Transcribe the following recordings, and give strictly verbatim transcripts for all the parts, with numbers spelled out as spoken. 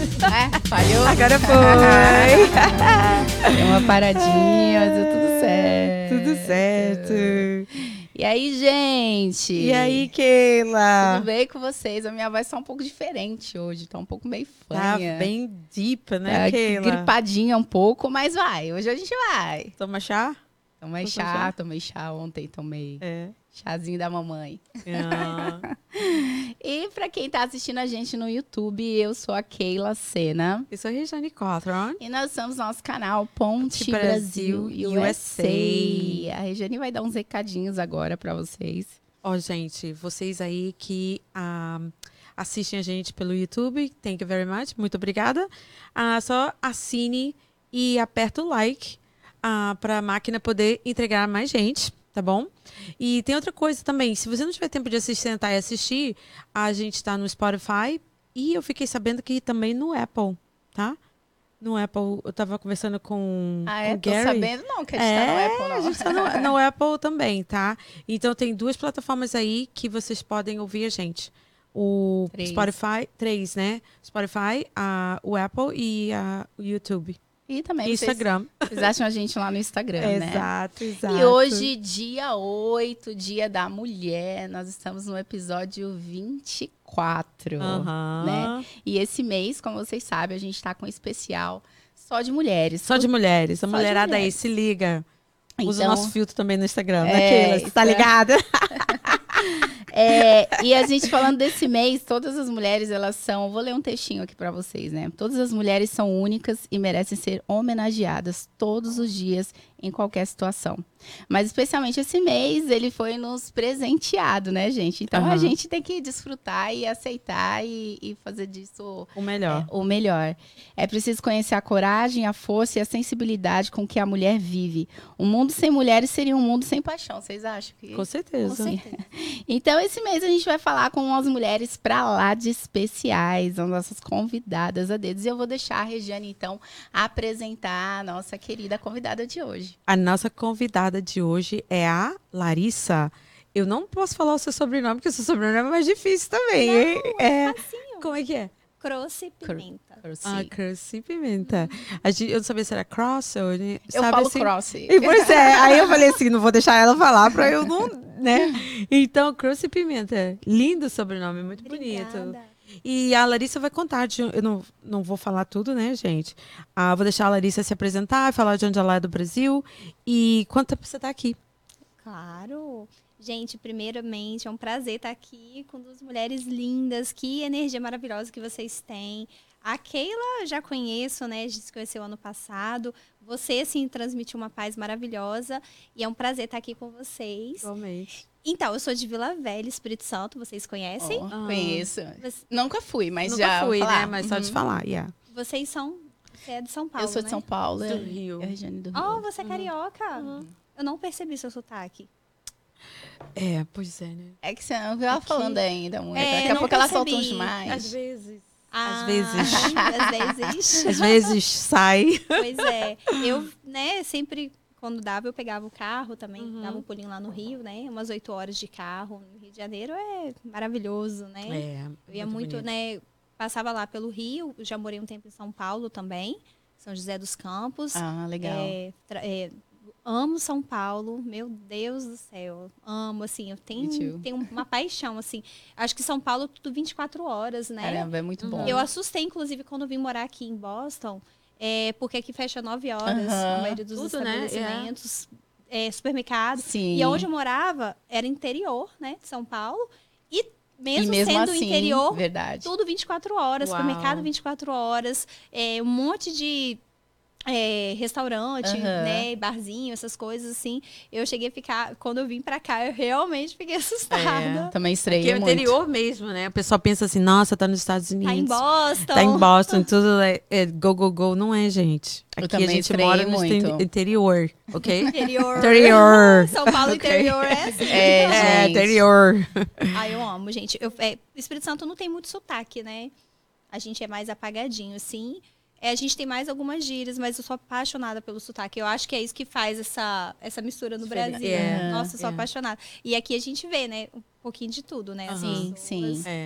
É, falhou? Agora foi. Deu uma paradinha, mas deu tudo certo. Tudo certo. E aí, gente? E aí, Keila? Tudo bem com vocês? A minha voz tá um pouco diferente hoje, tá um pouco meio Tá fanha. bem deep, né, Tá Keila? gripadinha um pouco, mas vai. Hoje a gente vai. Toma chá? Tomei Toma chá, chá? tomei chá ontem, tomei É. chazinho da mamãe. Ah. E pra quem tá assistindo a gente no YouTube, eu sou a Keila Sena. Eu sou a Regiane Cawthron. E nós somos nosso canal Ponte Brasil, Brasil U U S S A. A Regiane vai dar uns recadinhos agora pra vocês. Ó, gente, vocês aí que ah, assistem a gente pelo YouTube, thank you very much, muito obrigada. Ah, só assine e aperta o like ah, para a máquina poder entregar mais gente, tá bom? E tem outra coisa também, se você não tiver tempo de assistir, sentar e assistir, a gente está no Spotify e eu fiquei sabendo que também no Apple, tá? No Apple, eu tava conversando com, Ah, com é? o Tô Gary. sabendo não que a gente é, tá no Apple, não. a gente tá no, no Apple também, tá? Então tem duas plataformas aí que vocês podem ouvir a gente. O Três. Spotify, três, né? Spotify, a, o Apple e a, o YouTube. E também E vocês, Instagram. vocês acham a gente lá no Instagram, né? Exato, exato. E hoje, dia oito, dia da mulher, nós estamos no episódio vinte e quatro, Aham. né? E esse mês, como vocês sabem, a gente tá com um especial só de mulheres. Só de mulheres. A Só de mulherada aí, mulheres. se liga. Usa o Então, nosso filtro também no Instagram, é, né, Keila? Você tá isso é. ligada? É, e a gente falando desse mês, todas as mulheres, elas são... Vou ler um textinho aqui pra vocês, né? Todas as mulheres são únicas e merecem ser homenageadas todos os dias, em qualquer situação. Mas especialmente esse mês, ele foi nos presenteado, né, gente? Então a Aham. gente tem que desfrutar e aceitar e, e fazer disso O melhor. é, o melhor. É preciso conhecer a coragem, a força e a sensibilidade com que a mulher vive. Um mundo sem mulheres seria um mundo sem paixão. Vocês acham que... Com certeza. Com certeza. Então, esse mês a gente vai falar com umas mulheres pra lá de especiais, as nossas convidadas a dedos. E eu vou deixar a Regiane, então, apresentar a nossa querida convidada de hoje. A nossa convidada de hoje é a Larissa. Eu não posso falar o seu sobrenome, porque o seu sobrenome é mais difícil também, hein? É. Facinho. Como é que é? Croce Pimenta. Ah, Croce Pimenta. A gente, eu não sabia se era cross ou... Eu sabe falo assim? cross. E, pois é, aí eu falei assim, não vou deixar ela falar pra eu não, né? Então, Croce Pimenta. Lindo sobrenome, muito bonito. Obrigada. E a Larissa vai contar, de, eu não, não vou falar tudo, né, gente? Ah, vou deixar a Larissa se apresentar, falar de onde ela é do Brasil e quanto tempo você tá aqui. Claro. Gente, primeiramente, é um prazer estar aqui com duas mulheres lindas. Que energia maravilhosa que vocês têm. A Keila eu já conheço, né? A gente se conheceu ano passado. Você, assim, transmitiu uma paz maravilhosa. E é um prazer estar aqui com vocês. Igualmente. Então, eu sou de Vila Velha, Espírito Santo. Vocês conhecem? Oh, Ah. Conheço. Você- Nunca fui, mas Nunca já fui, vou falar. né? Mas só de Uhum. falar, yeah. Vocês são... Você é de São Paulo, Eu sou de né? São Paulo. Do é- Rio. É a Regiane do Rio. Oh, você é carioca? Eu não percebi seu sotaque. É, pois é, né? É que você não viu ela Aqui- falando ainda muito. É, Daqui a não pouco ela percebi. solta uns demais. Às vezes. Ah, Às vezes. Às vezes. Às vezes sai. Pois é. Eu, né, sempre, quando dava, eu pegava o carro também, Uhum. dava um pulinho lá no Rio, né? Umas oito horas de carro. No Rio de Janeiro é maravilhoso, né? É, eu ia muito, bonito. né? Passava lá pelo Rio, eu já morei um tempo em São Paulo também, São José dos Campos. Ah, legal. É, tra- é, amo São Paulo, meu Deus do céu. Amo, assim, eu Me tenho, too. tenho uma paixão, assim. Acho que São Paulo é tudo vinte e quatro horas, né? Caramba, é muito bom. Eu assustei, inclusive, quando eu vim morar aqui em Boston, é, porque aqui fecha nove horas, Aham. a maioria dos Tudo, né? estabelecimentos, é, supermercados. Sim. E onde eu morava era interior, né, de São Paulo. E mesmo, E mesmo sendo assim, interior, verdade. tudo vinte e quatro horas, Uau. supermercado vinte e quatro horas, é, um monte de é, restaurante, Aham. né, barzinho, essas coisas assim. Eu cheguei a ficar, quando eu vim pra cá, eu realmente fiquei assustada. Também Porque estreiei é o muito. interior mesmo, né? O pessoal pensa assim, nossa, tá nos Estados Unidos. Tá em Boston. Tá em Boston, tudo é, é go, go, go. Não é, gente. Eu Aqui a também gente estreiei mora no muito. inter- interior, ok? Interior. Interior. São Paulo Ok. interior é assim. É, É, gente. interior. Ai, eu amo, gente. Eu, é, o Espírito Santo não tem muito sotaque, né? A gente é mais apagadinho, assim. É, a gente tem mais algumas gírias, mas eu sou apaixonada pelo sotaque. Eu acho que é isso que faz essa, essa mistura no Diferente. Brasil. É, Nossa, eu sou é. apaixonada. E aqui a gente vê, né? Um pouquinho de tudo, né? As Sim, pessoas. sim. É.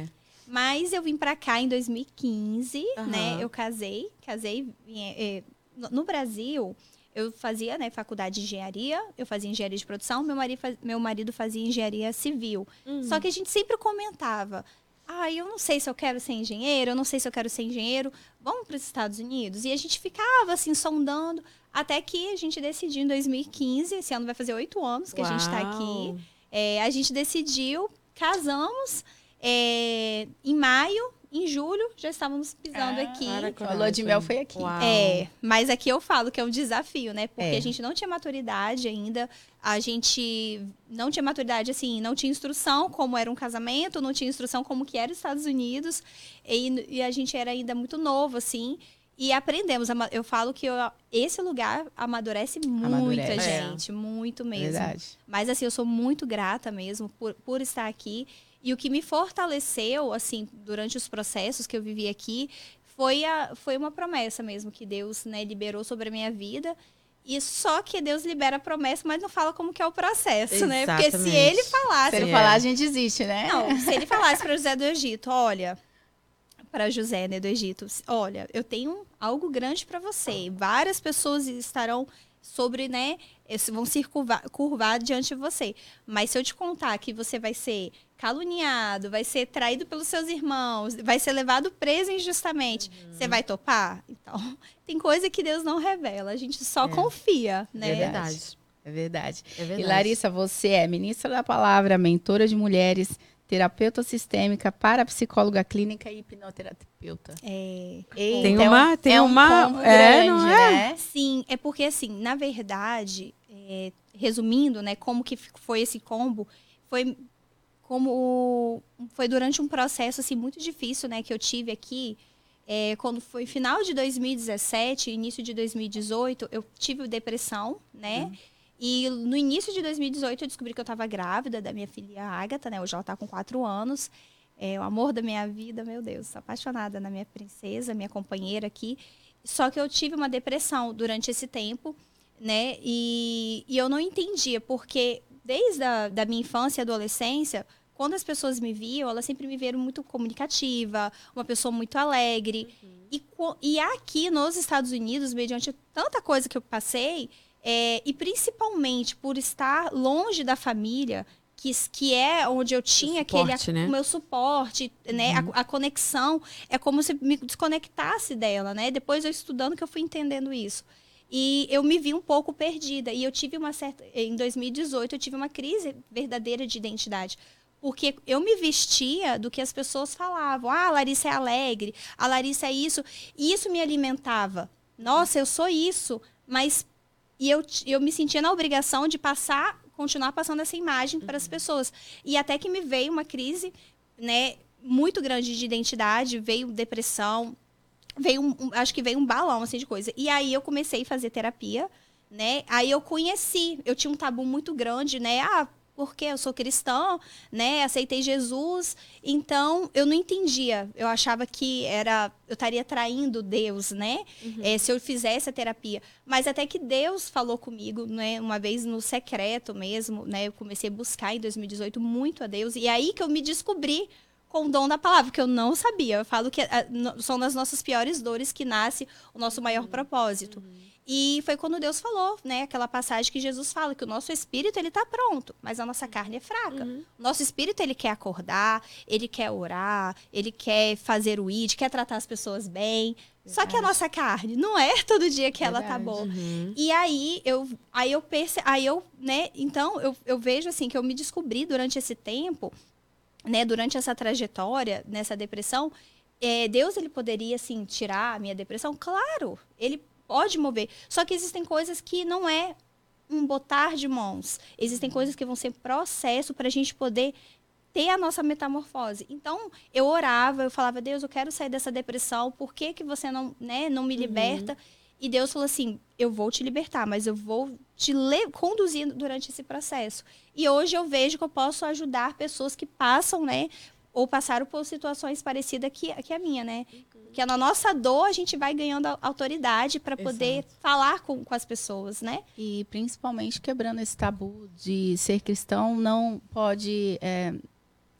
Mas eu vim pra cá em dois mil e quinze, Aham. né? Eu casei, casei é, no, no Brasil. Eu fazia, né, faculdade de engenharia, eu fazia engenharia de produção, meu marido, faz, meu marido fazia engenharia civil. Uhum. Só que a gente sempre comentava, ah, eu não sei se eu quero ser engenheiro, eu não sei se eu quero ser engenheiro, vamos para os Estados Unidos? E a gente ficava, assim, sondando, até que a gente decidiu em dois mil e quinze, esse ano vai fazer oito anos que Uau. a gente está aqui, é, a gente decidiu, casamos, é, em maio, em julho, já estávamos pisando Ah, aqui. A lua de mel foi aqui. Uau. É, mas aqui eu falo que é um desafio, né? Porque É. a gente não tinha maturidade ainda, a gente não tinha maturidade, assim, não tinha instrução como era um casamento, não tinha instrução como que era os Estados Unidos, e, e a gente era ainda muito novo, assim, e aprendemos. Eu falo que eu, esse lugar amadurece muito Amadurece. a É. gente, muito mesmo. Verdade. Mas, assim, eu sou muito grata mesmo por, por estar aqui. E o que me fortaleceu, assim, durante os processos que eu vivi aqui, foi, a, foi uma promessa mesmo que Deus, né, liberou sobre a minha vida. E só que Deus libera a promessa, mas não fala como que é o processo, né? Porque se Exatamente. ele falasse... Se ele É. falar, a gente desiste, né? Não, se ele falasse para José do Egito, olha... Para José, né, do Egito, olha, eu tenho algo grande para você. Várias pessoas estarão sobre, né, vão se curvar, curvar diante de você. Mas se eu te contar que você vai ser caluniado, vai ser traído pelos seus irmãos, vai ser levado preso injustamente, uhum. Você vai topar? Então, tem coisa que Deus não revela, a gente só É. confia, né? É verdade. É verdade. É verdade. E Larissa, você é ministra da palavra, mentora de mulheres, terapeuta sistêmica, parapsicóloga clínica e hipnoterapeuta. É. Eita, Tem é um- uma, tem é um uma, combo é, grande, não é? né? Sim, é porque assim, na verdade, é, resumindo, né, como que foi esse combo, foi como foi durante um processo assim muito difícil, né, que eu tive aqui, é, quando foi final de dois mil e dezessete, início de dois mil e dezoito, eu tive depressão, né? Uhum. E no início de dois mil e dezoito eu descobri que eu estava grávida da minha filha Agatha, né? Hoje ela está com quatro anos. É o amor da minha vida, meu Deus, sou apaixonada na minha princesa, minha companheira aqui. Só que eu tive uma depressão durante esse tempo, né? E, e eu não entendia, porque desde a da minha infância e adolescência, quando as pessoas me viam, elas sempre me viram muito comunicativa, uma pessoa muito alegre. Uhum. E, e aqui nos Estados Unidos, mediante tanta coisa que eu passei, é, e principalmente por estar longe da família, que, que é onde eu tinha suporte, aquele né? o meu suporte, uhum. né? A, a conexão, é como se me desconectasse dela, né? Depois eu estudando que eu fui entendendo isso. E eu me vi um pouco perdida. E eu tive uma certa... Em dois mil e dezoito, eu tive uma crise verdadeira de identidade. Porque eu me vestia do que as pessoas falavam. Ah, a Larissa é alegre, a Larissa é isso. E isso me alimentava. Nossa, eu sou isso. Mas... E eu, eu me sentia na obrigação de passar, continuar passando essa imagem uhum. para as pessoas. E até que me veio uma crise, né, muito grande de identidade, veio depressão, veio um, um, acho que veio um balão assim, de coisa. E aí eu comecei a fazer terapia, né? Aí eu conheci, eu tinha um tabu muito grande, né? Ah, porque eu sou cristã, né? Aceitei Jesus. Então, eu não entendia. Eu achava que era, eu estaria traindo Deus, né? Uhum. É, se eu fizesse a terapia. Mas até que Deus falou comigo, né? Uma vez no secreto mesmo, né? Eu comecei a buscar em dois mil e dezoito muito a Deus. E aí que eu me descobri com o dom da palavra, que eu não sabia. Eu falo que a, no, são das nossas piores dores que nasce o nosso maior propósito. Uhum. E foi quando Deus falou, né? Aquela passagem que Jesus fala, que o nosso espírito, ele tá pronto, mas a nossa carne é fraca. Uhum. O nosso espírito, ele quer acordar, ele quer orar, ele quer fazer o id, quer tratar as pessoas bem. Verdade. Só que a nossa carne não é todo dia que Verdade. Ela tá boa. Uhum. E aí eu, aí eu perce... aí eu, né? Então eu, eu vejo assim que eu me descobri durante esse tempo, né? Durante essa trajetória, nessa depressão, é, Deus ele poderia assim tirar a minha depressão, claro. Ele pode mover. Só que existem coisas que não é um botar de mãos. Existem coisas que vão ser processo para a gente poder ter a nossa metamorfose. Então, eu orava, eu falava, Deus, eu quero sair dessa depressão, por que que você não, né, não me liberta? Uhum. E Deus falou assim, eu vou te libertar, mas eu vou te conduzir durante esse processo. E hoje eu vejo que eu posso ajudar pessoas que passam, né, ou passaram por situações parecidas que, que a minha, né? Que na nossa dor a gente vai ganhando autoridade para poder Exato. Falar com, com as pessoas, né? E principalmente quebrando esse tabu de ser cristão não pode é,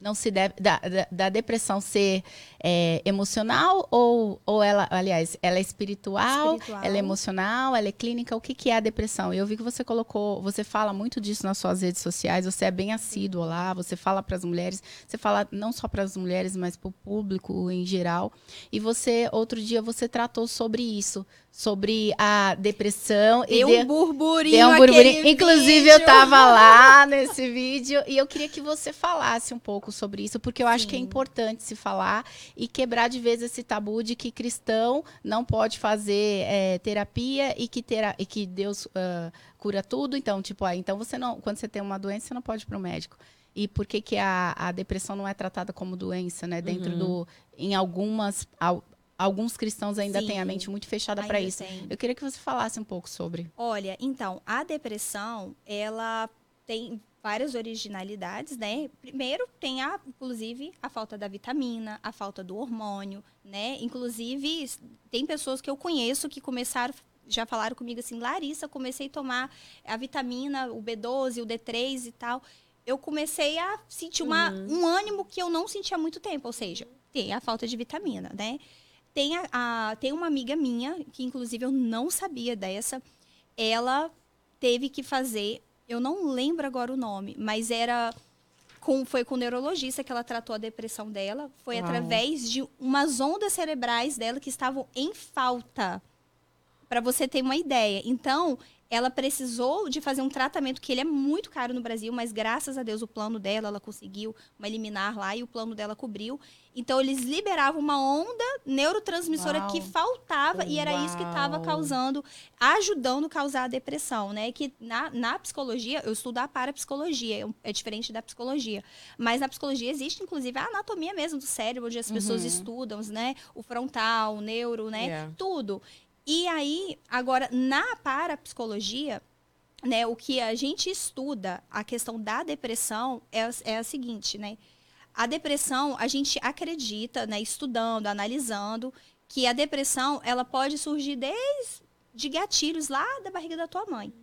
não se deve da, da, da depressão ser é, emocional ou, ou ela, aliás, ela é espiritual, Espiritual. ela é emocional, ela é clínica? O que, que é a depressão? Eu vi que você colocou, você fala muito disso nas suas redes sociais, você é bem assíduo lá, você fala para as mulheres, você fala não só para as mulheres, mas para o público em geral. E você, outro dia, você tratou sobre isso, sobre a depressão. Deu e um de... burburinho, Deu um burburinho. aquele Inclusive, vídeo. eu tava lá nesse vídeo e eu queria que você falasse um pouco sobre isso, porque eu acho Sim. que é importante se falar e quebrar de vez esse tabu de que cristão não pode fazer é, terapia e que, tera e que Deus uh, cura tudo. Então, tipo, ah, então você não, quando você tem uma doença, você não pode ir para o médico. E por que, que a, a depressão não é tratada como doença, né? Dentro Uhum. do. Em algumas. Al, alguns cristãos ainda Sim, têm a mente muito fechada para ainda isso. tem. Eu queria que você falasse um pouco sobre. Olha, então, a depressão, ela tem várias originalidades, né? Primeiro, tem, a, inclusive, a falta da vitamina, a falta do hormônio, né? Inclusive, tem pessoas que eu conheço que começaram, já falaram comigo assim, Larissa, comecei a tomar a vitamina, o B doze, o D três e tal. Eu comecei a sentir uma, Uhum. um ânimo que eu não sentia há muito tempo, ou seja, tem a falta de vitamina, né? Tem, a, a, tem uma amiga minha, que inclusive eu não sabia dessa, ela teve que fazer, eu não lembro agora o nome, mas era com, foi com o neurologista que ela tratou a depressão dela, foi Uau. através de umas ondas cerebrais dela que estavam em falta, para você ter uma ideia. Então, ela precisou de fazer um tratamento que ele é muito caro no Brasil, mas graças a Deus o plano dela, ela conseguiu uma liminar lá e o plano dela cobriu. Então, eles liberavam uma onda neurotransmissora Uau. que faltava e era isso que estava Uau. causando, ajudando a causar a depressão, né? Que na, na psicologia, eu estudo a parapsicologia, é diferente da psicologia. Mas na psicologia existe, inclusive, a anatomia mesmo do cérebro, onde as pessoas Uhum. estudam, né? O frontal, o neuro, né? Yeah. Tudo. E aí, agora, na parapsicologia, né, o que a gente estuda, a questão da depressão, é, é a seguinte, né? A depressão, a gente acredita, né, estudando, analisando, que a depressão, ela pode surgir desde gatilhos lá da barriga da tua mãe.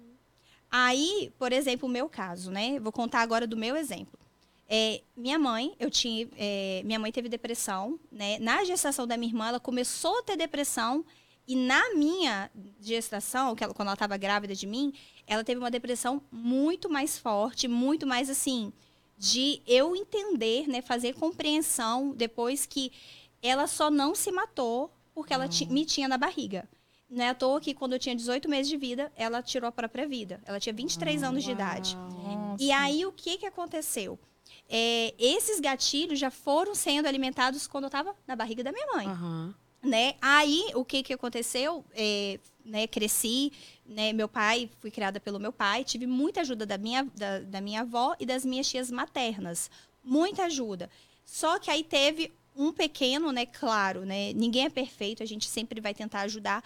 Aí, por exemplo, o meu caso, né? Vou contar agora do meu exemplo. É, minha mãe, eu tinha, é, minha mãe teve depressão, né? Na gestação da minha irmã, ela começou a ter depressão. E na minha gestação, que ela, quando ela estava grávida de mim, ela teve uma depressão muito mais forte, muito mais assim, de eu entender, né, fazer compreensão depois que ela só não se matou porque ela ti, me tinha na barriga. Não é à toa que quando eu tinha dezoito meses de vida, ela tirou a própria vida. Ela tinha vinte e três anos de idade. Nossa. E aí, o que, que aconteceu? É, esses gatilhos já foram sendo alimentados quando eu estava na barriga da minha mãe. Uhum. Né? Aí, o que, que aconteceu? É, né, cresci, né, meu pai, fui criada pelo meu pai, tive muita ajuda da minha, da, da minha avó e das minhas tias maternas. Muita ajuda. Só que aí teve um pequeno, né, claro, né, ninguém é perfeito, a gente sempre vai tentar ajudar.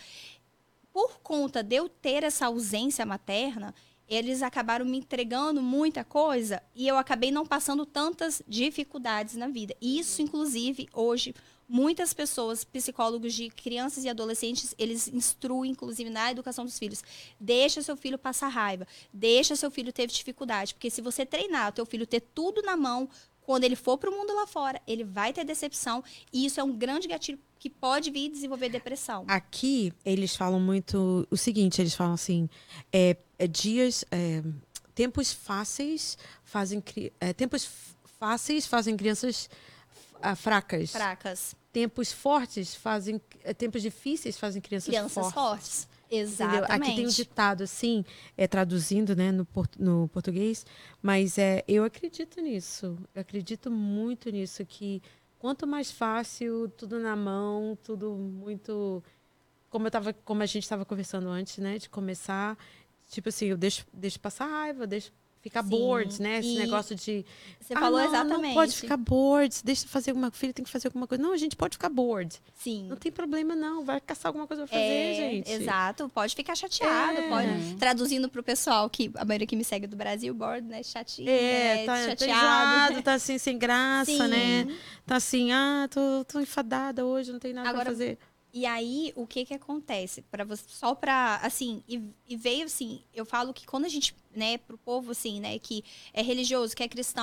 Por conta de eu ter essa ausência materna, eles acabaram me entregando muita coisa e eu acabei não passando tantas dificuldades na vida. Isso, inclusive, hoje, muitas pessoas, psicólogos de crianças e adolescentes, eles instruem, inclusive, na educação dos filhos. Deixa seu filho passar raiva, deixa seu filho ter dificuldade, porque se você treinar o teu filho ter tudo na mão, quando ele for para o mundo lá fora, ele vai ter decepção e isso é um grande gatilho que pode vir desenvolver depressão. Aqui, eles falam muito o seguinte, eles falam assim, é, é dias, é, tempos fáceis fazem, é, tempos fáceis fazem crianças ah, fracas. Fracas. Tempos fortes fazem, é, tempos difíceis fazem crianças, Crianças fortes. fortes. Entendeu? Exatamente. Aqui tem um ditado assim, é, traduzindo, né, no, no português, mas é, eu acredito nisso, eu acredito muito nisso, que quanto mais fácil, tudo na mão, tudo muito... Como, eu tava, como a gente estava conversando antes, né, de começar, tipo assim, eu deixo, deixo passar raiva, deixo ficar Sim. bored, né, esse E negócio de... Você ah, falou não, exatamente. não pode ficar bored, deixa eu fazer alguma... filho tem que fazer alguma coisa. Não, a gente pode ficar bored. Sim. Não tem problema, não. Vai caçar alguma coisa pra fazer, É, gente. exato, pode ficar chateado, É. pode. Traduzindo pro pessoal que a maioria que me segue do Brasil, bored, né? Chatinho, É, né? tá, tá chateado. enjoado, tá assim, sem graça, Sim. né? Tá assim, ah, tô, tô enfadada hoje, não tem nada Agora, pra fazer. E aí, o que que acontece? Para você, só para assim, e, e veio assim, eu falo que quando a gente, né, pro povo assim, né, que é religioso, que é cristão,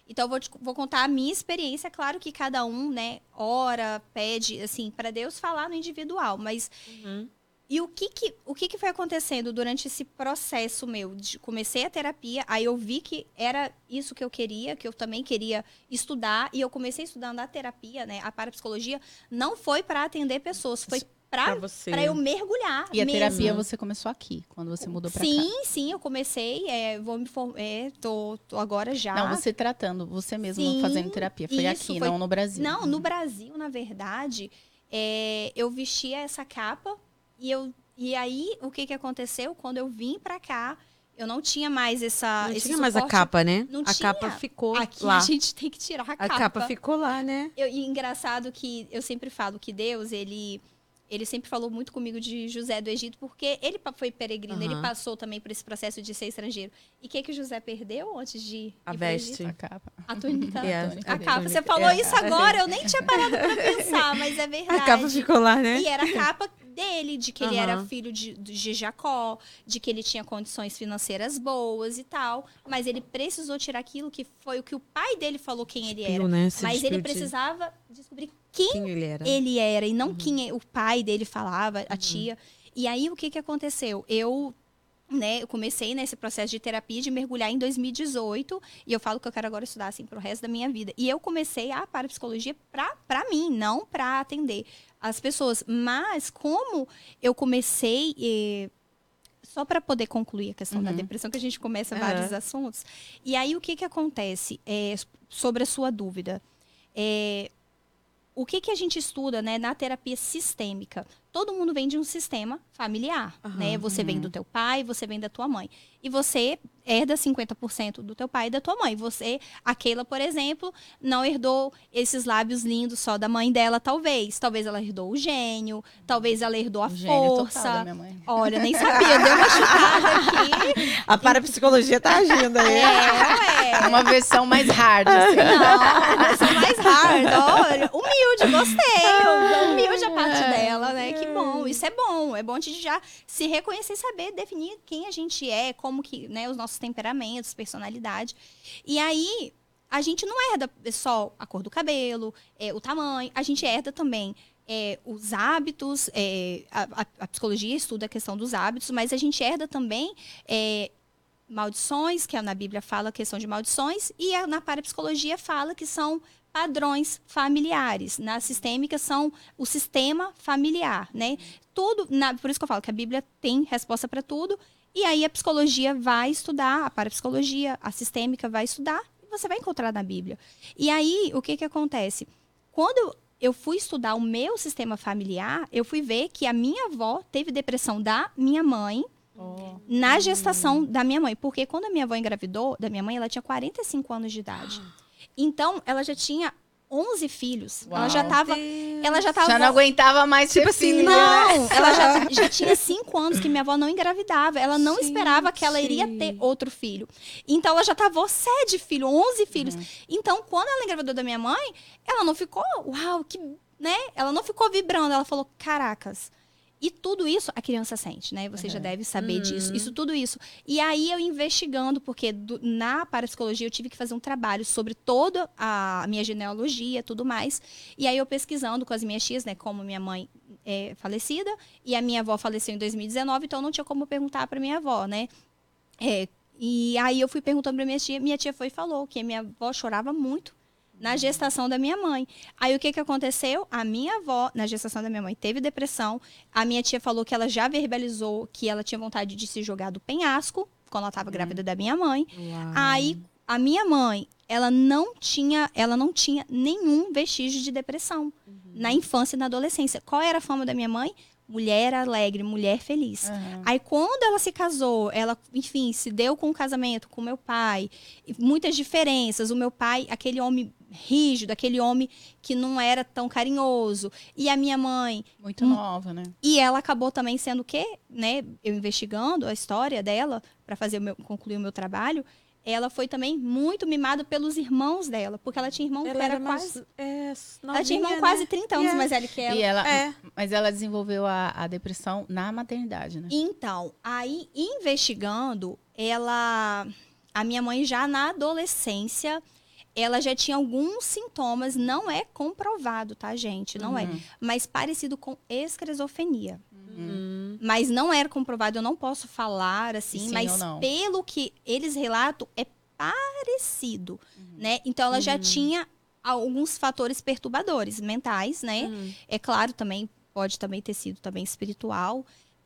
Então, eu vou, te, vou contar a minha experiência. Claro que cada um, né, ora, pede, assim, para Deus falar no individual. Mas, Uhum. e o que que, o que que foi acontecendo durante esse processo meu? De, comecei a terapia, aí eu vi que era isso que eu queria, que eu também queria estudar. E eu comecei estudando a terapia, né, a parapsicologia. Não foi para atender pessoas, foi Pra para você. eu mergulhar E a mesmo. terapia você começou aqui, quando você mudou pra cá. Sim, sim, eu comecei, é, vou me formar, é, tô, tô agora já. Não, você tratando, você mesmo Sim, fazendo terapia. Foi isso, aqui, foi- não no Brasil. Não, no Brasil, na verdade, é, eu vestia essa capa e eu e aí o que que aconteceu quando eu vim pra cá? Eu não tinha mais essa Não esse tinha mais a suporte. capa, né? Não a tinha. capa ficou Aqui lá. a gente tem que tirar a A capa. capa ficou lá, né? Eu, e engraçado que eu sempre falo que Deus, ele, ele sempre falou muito comigo de José do Egito, porque ele pa- foi peregrino, ele Aham. passou também por esse processo de ser estrangeiro. E o que que José perdeu antes de A ir pro veste. Egito? A capa. A túnica. É, a A túnica capa. dele. Você falou É, isso é. agora, eu nem tinha parado pra pensar, mas é verdade. A capa ficou lá, né? E era a capa dele, de que ele era Aham. filho de, de Jacó, de que ele tinha condições financeiras boas e tal. Mas ele precisou tirar aquilo que foi o que o pai dele falou quem ele Despiu, era. né? Se Mas ele despiu de precisava descobrir quem quem ele era. ele era e não quem o pai dele falava, a tia. E aí o que que aconteceu? Eu, né, eu comecei nesse processo de terapia de mergulhar em dois mil e dezoito e eu falo que eu quero agora estudar assim pro resto da minha vida. E eu comecei a parapsicologia pra para mim, não para atender as pessoas, mas como eu comecei eh, só para poder concluir a questão da Uhum. depressão, que a gente começa Aham. vários assuntos. E aí o que que acontece é, sobre a sua dúvida? É, o que que a gente estuda, né, na terapia sistêmica? Todo mundo vem de um sistema familiar, Aham, né? Você vem uhum. do teu pai, você vem da tua mãe. E você herda cinquenta por cento do teu pai e da tua mãe. Você, a Keila, por exemplo, não herdou esses lábios lindos só da mãe dela, talvez. Talvez ela herdou o gênio, talvez ela herdou a O gênio total da força. minha mãe. Olha, nem sabia, deu uma chutada aqui. A parapsicologia tá agindo aí. É, ué. Uma versão mais hard, assim. Não, versão mais hard. Olha, humilde, gostei. Humilde a parte dela, né? Que bom. Isso é bom. É bom a gente já se reconhecer e saber definir quem a gente é, como que, né, os nossos temperamentos, personalidade. E aí, a gente não herda só a cor do cabelo, é, o tamanho, a gente herda também é, os hábitos, é, a, a- a psicologia estuda a questão dos hábitos, mas a gente herda também é, maldições, que é na Bíblia fala a questão de maldições, e a- na parapsicologia fala que são padrões familiares. Na sistêmica são o sistema familiar, né? Tudo, na- por isso que eu falo que a Bíblia tem resposta para tudo, e aí a psicologia vai estudar, a parapsicologia, a sistêmica vai estudar, e você vai encontrar na Bíblia. E aí, o que que acontece? Quando eu fui estudar o meu sistema familiar, eu fui ver que a minha avó teve depressão da minha mãe, Oh. na gestação da minha mãe. Porque quando a minha avó engravidou da minha mãe, ela tinha quarenta e cinco anos de idade. Então, ela já tinha onze filhos. Ela já Uau. tava... Ela já tava... Já não aguentava mais Tipo ter assim, filho, né? Não, ela já, já tinha cinco anos que minha avó não engravidava. Ela não Gente. esperava que ela iria ter outro filho. Então, ela já tava, você é de filho, onze filhos. Então, quando ela engravidou da minha mãe, ela não ficou, uau, que... né? Ela não ficou vibrando. Ela falou, caracas. E tudo isso a criança sente, né? Você já deve saber Uhum. disso. Isso, tudo isso. E aí eu investigando, porque do- na parapsicologia eu tive que fazer um trabalho sobre toda a minha genealogia e tudo mais. E aí eu pesquisando com as minhas tias, né? Como minha mãe é falecida e a minha avó faleceu em dois mil e dezenove, então não tinha como perguntar para minha avó, né? É, e aí eu fui perguntando para minha tia, minha tia foi e falou que a minha avó chorava muito na gestação da minha mãe. Aí o que que aconteceu? A minha avó, na gestação da minha mãe, teve depressão. A minha tia falou que ela já verbalizou que ela tinha vontade de se jogar do penhasco quando ela estava grávida da minha mãe. Uau. Aí a minha mãe, ela não tinha, ela não tinha nenhum vestígio de depressão na infância e na adolescência. Qual era a fama da minha mãe? Mulher alegre, mulher feliz. Aham. Aí, quando ela se casou, ela, enfim, se deu com o casamento com meu pai, e muitas diferenças. O meu pai, aquele homem rígido, aquele homem que não era tão carinhoso. E a minha mãe, Muito nova, né? e ela acabou também sendo o quê? Né? Eu investigando a história dela, para fazer o meu, concluir o meu trabalho, ela foi também muito mimada pelos irmãos dela, porque ela tinha irmão que Ela era era mais, quase. é, Ela tinha irmão novinha, quase né? trinta anos Yeah. mais velho que ela. E ela, É. Mas ela desenvolveu a, a depressão na maternidade, né? Então, aí investigando, ela, a minha mãe já na adolescência, ela já tinha alguns sintomas, não é comprovado, tá, gente? Não Uhum. é. Mas parecido com esquizofrenia. Uhum. Mas não era comprovado, eu não posso falar assim, Sim mas ou não. pelo que eles relatam, é parecido, né? Então, ela já Uhum. tinha alguns fatores perturbadores mentais, né? Uhum. É claro, também pode também ter sido também espiritual.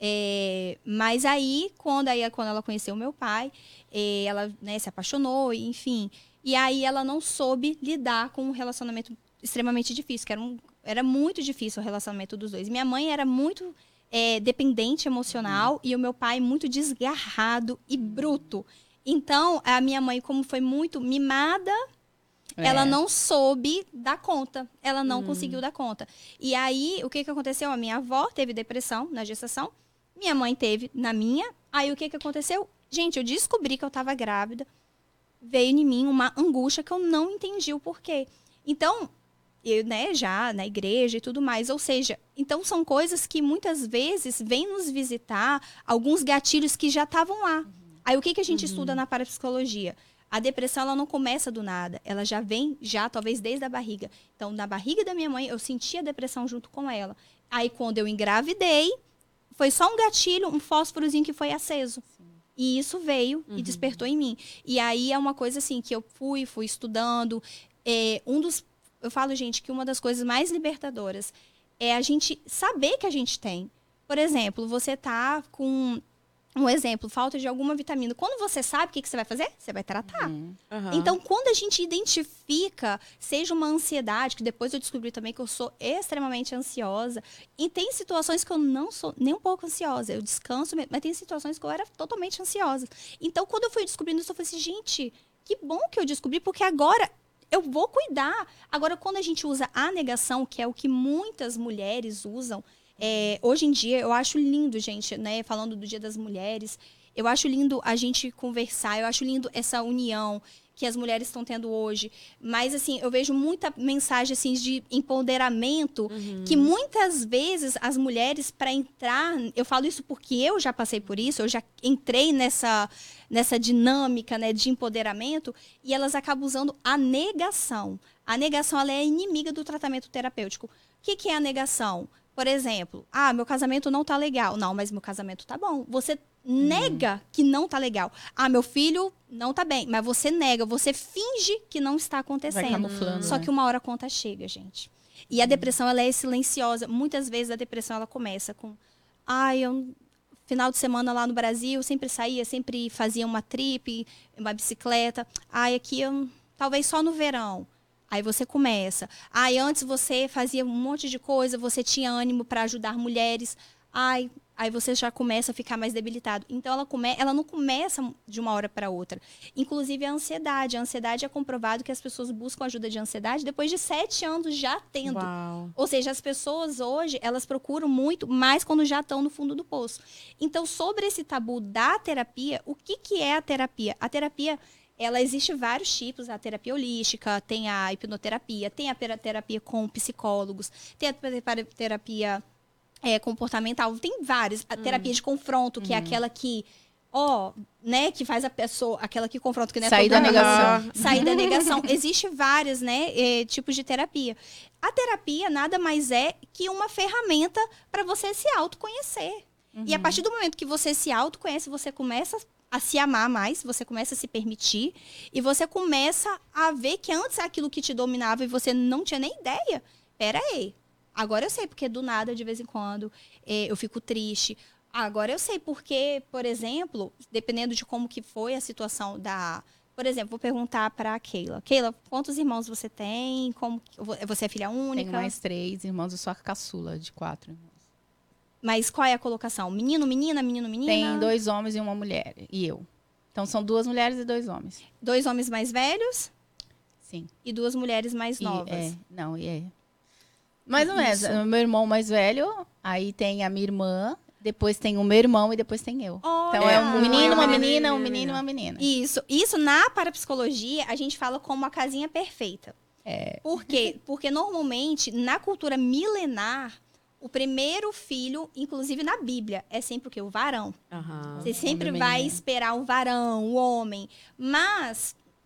É, mas aí, quando, aí, quando ela conheceu meu pai, é, ela, né, se apaixonou, enfim. E aí ela não soube lidar com um relacionamento extremamente difícil, que era, um, era muito difícil o relacionamento dos dois. Minha mãe era muito é, dependente emocional e o meu pai muito desgarrado e bruto. Então, a minha mãe, como foi muito mimada, É. ela não soube dar conta. Ela não Hum. conseguiu dar conta. E aí, o que, que aconteceu? A minha avó teve depressão na gestação. Minha mãe teve na minha. Aí, o que, que aconteceu? Gente, eu descobri que eu estava grávida. Veio em mim uma angústia que eu não entendi o porquê. Então, eu, né, já na igreja e tudo mais. Ou seja, então são coisas que muitas vezes vêm nos visitar, alguns gatilhos que já estavam lá. Aí, o que, que a gente Uhum. estuda na parapsicologia? A depressão, ela não começa do nada. Ela já vem, já talvez desde a barriga. Então, na barriga da minha mãe, eu senti a depressão junto com ela. Aí, quando eu engravidei, foi só um gatilho, um fósforozinho que foi aceso. E isso veio Uhum. e despertou em mim. E aí, é uma coisa assim, que eu fui, fui estudando. É, um dos... Eu falo, gente, que uma das coisas mais libertadoras é a gente saber que a gente tem. Por exemplo, você tá com... Um exemplo, falta de alguma vitamina. Quando você sabe, o que, que você vai fazer? Você vai tratar. Uhum. Aham. Então, quando a gente identifica, seja uma ansiedade, que depois eu descobri também que eu sou extremamente ansiosa, e tem situações que eu não sou nem um pouco ansiosa, eu descanso, mesmo, mas tem situações que eu era totalmente ansiosa. Então, quando eu fui descobrindo isso, eu falei assim, gente, que bom que eu descobri, porque agora eu vou cuidar. Agora, quando a gente usa a negação, que é o que muitas mulheres usam, é, hoje em dia, eu acho lindo, gente, né? Falando do Dia das Mulheres, eu acho lindo a gente conversar, eu acho lindo essa união que as mulheres estão tendo hoje. Mas, assim, eu vejo muita mensagem, assim, de empoderamento, Uhum. que muitas vezes as mulheres, para entrar... Eu falo isso porque eu já passei por isso, eu já entrei nessa, nessa dinâmica, né, de empoderamento, e elas acabam usando a negação. A negação, ela é inimiga do tratamento terapêutico. O que, que é a negação? Por exemplo, ah, meu casamento não tá legal. Não, mas meu casamento tá bom. Você nega que não tá legal. Ah, meu filho não tá bem. Mas você nega, você finge que não está Vai acontecendo. camuflando, Só né? que uma hora a conta chega, gente. E a depressão, ela é silenciosa. Muitas vezes a depressão, ela começa com... Ai, eu... Final de semana lá no Brasil, sempre saía, sempre fazia uma trip, uma bicicleta. Ai, aqui eu... Talvez só no verão. Aí você começa. Aí antes você fazia um monte de coisa, você tinha ânimo para ajudar mulheres. Ai, aí você já começa a ficar mais debilitado. Então ela, come, ela não começa de uma hora para outra. Inclusive a ansiedade. A ansiedade é comprovado que as pessoas buscam ajuda de ansiedade depois de sete anos já tendo. Uau. Ou seja, as pessoas hoje, elas procuram muito mais quando já estão no fundo do poço. Então, sobre esse tabu da terapia, o que, que é a terapia? A terapia... Ela existe vários tipos, a terapia holística, tem a hipnoterapia, tem a terapia com psicólogos, tem a terapia é, comportamental, tem várias. A terapia de confronto, que é aquela que, ó, né, que faz a pessoa, aquela que confronta, que não é Sair todo da mundo. negação. Sair da negação. Existe várias, né, é, tipos de terapia. A terapia nada mais é que uma ferramenta para você se autoconhecer. Uhum. E a partir do momento que você se autoconhece, você começa a se amar mais, você começa a se permitir e você começa a ver que antes aquilo que te dominava e você não tinha nem ideia. Pera aí, agora eu sei porque do nada, de vez em quando, é, eu fico triste. Agora eu sei porque, por exemplo, dependendo de como que foi a situação da... Por exemplo, vou perguntar para a Keila. Keila, quantos irmãos você tem? Como você é filha única? Tenho mais três irmãos, eu sou a caçula de quatro irmãos. Mas qual é a colocação? Menino, menina, menino, menina? Tem dois homens e uma mulher, e eu. Então são duas mulheres e dois homens. Dois homens mais velhos Sim. e duas mulheres mais E, novas. é, não, e é. Mais ou menos. Isso. O meu irmão mais velho, aí tem a minha irmã, depois tem o meu irmão e depois tem eu. Olha! Então é um menino, uma menina, menina, um menina, menino e uma menina. Isso, isso na parapsicologia a gente fala como a casinha perfeita. É. Por quê? Porque normalmente na cultura milenar o primeiro filho, inclusive na Bíblia, é sempre o quê? O varão. Aham. Você sempre Homem, vai menino. esperar o varão, o homem. Mas,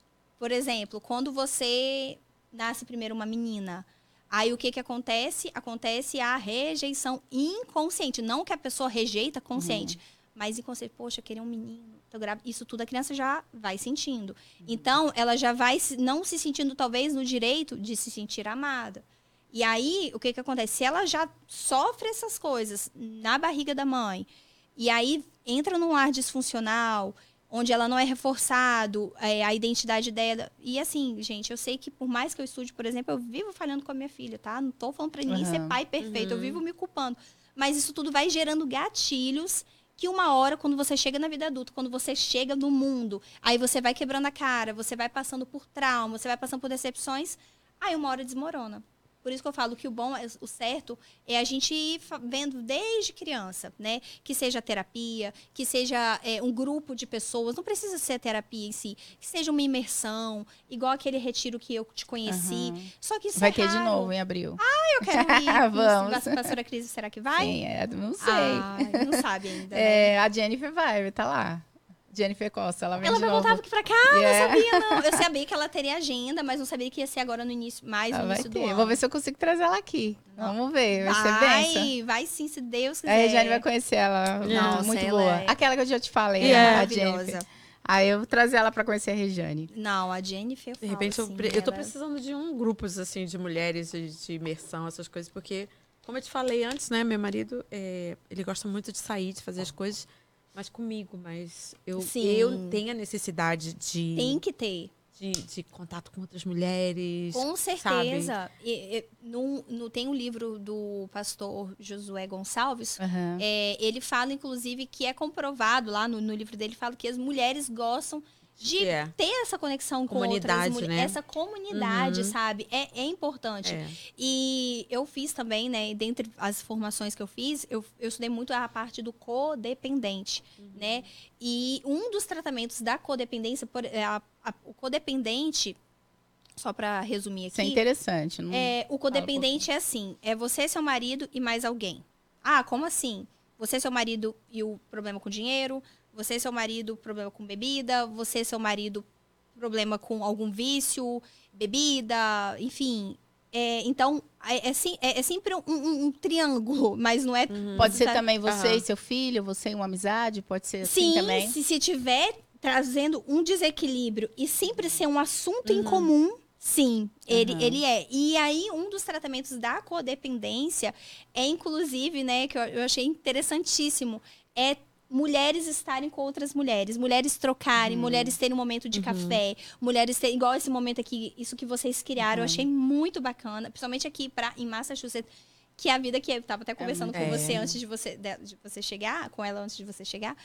Por exemplo, quando você nasce primeiro uma menina, aí o que que acontece? Acontece a rejeição inconsciente. Não que a pessoa rejeita consciente, uhum. mas inconsciente. Poxa, eu queria um menino. Tô grávida. Isso tudo a criança já vai sentindo. Uhum. Então, ela já vai não se sentindo, talvez, no direito de se sentir amada. E aí, o que que acontece? Se ela já sofre essas coisas na barriga da mãe, e aí entra num lar disfuncional, onde ela não é reforçado, é, a identidade dela. E assim, gente, eu sei que por mais que eu estude, por exemplo, eu vivo falhando com a minha filha, tá? Não tô falando pra ninguém uhum. ser pai perfeito, uhum. eu vivo me culpando. Mas isso tudo vai gerando gatilhos que uma hora, quando você chega na vida adulta, quando você chega no mundo, aí você vai quebrando a cara, você vai passando por trauma, você vai passando por decepções, aí uma hora desmorona. Por isso que eu falo que o bom, o certo, é a gente ir vendo desde criança, né? Que seja terapia, que seja é, um grupo de pessoas, não precisa ser terapia em si, que seja uma imersão, igual aquele retiro que eu te conheci. Uhum. Só que isso vai é ter raro. De novo em abril. Ah, eu quero ir. Vamos. A pastora Cris, será que vai? Sim, é, não sei. Ah, não sabe ainda, é, né? A Jennifer vai, vai tá lá. Jennifer Costa, ela vem Ela de vai novo. voltar aqui pra cá, yeah. não sabia, não. Eu sabia que ela teria agenda, mas não sabia que ia ser agora no início, mais no ela início vai ter. do ano. Vou ver se eu consigo trazer ela aqui. Não. Vamos ver, vai, vai ser benção. Vai, vai sim, se Deus quiser. A Regiane vai conhecer ela, Nossa, muito ela boa. É... Aquela que eu já te falei, yeah. a Jennifer. Aí eu vou trazer ela pra conhecer a Regiane. Não, a Jennifer, eu De repente, falo, eu, assim, eu tô ela... precisando de um grupo, assim, de mulheres, de, de imersão, essas coisas, porque, como eu te falei antes, né, meu marido, é, ele gosta muito de sair, de fazer as coisas, mas comigo, mas eu, eu tenho a necessidade de... Tem que ter. De, de contato com outras mulheres. Com certeza. E, e, no, no, tem um livro do pastor Josué Gonçalves. Uhum. É, ele fala, inclusive, que é comprovado lá no, no livro dele, fala que as mulheres gostam de yeah. ter essa conexão com outras mulheres. Né? Essa comunidade, uhum. sabe? É, é importante. É. E eu fiz também, né? Dentre as formações que eu fiz, eu, eu estudei muito a parte do codependente, uhum. né? E um dos tratamentos da codependência, por, a, a, o codependente, só para resumir aqui... Isso é interessante. Não é, o codependente é assim, é você, seu marido e mais alguém. Ah, como assim? Você, seu marido e o problema com dinheiro... Você, seu marido, problema com bebida. Você, seu marido, problema com algum vício, bebida, enfim. É, então, é, é, é, é sempre um, um, um triângulo, mas não é... Uhum. Pode ser também você uhum. e seu filho, você e uma amizade, pode ser assim Sim, também? Sim, se, se tiver trazendo um desequilíbrio e sempre ser um assunto uhum. em comum, sim, ele, uhum. ele é. E aí, um dos tratamentos da codependência é, inclusive, né, que eu, eu achei interessantíssimo, é mulheres estarem com outras mulheres, mulheres trocarem, uhum. mulheres terem um momento de uhum. café, mulheres terem, igual esse momento aqui, isso que vocês criaram, uhum. eu achei muito bacana, principalmente aqui pra, em Massachusetts, que é a vida que eu estava até conversando é, com é. você antes de você, de, de você chegar, com ela antes de você chegar,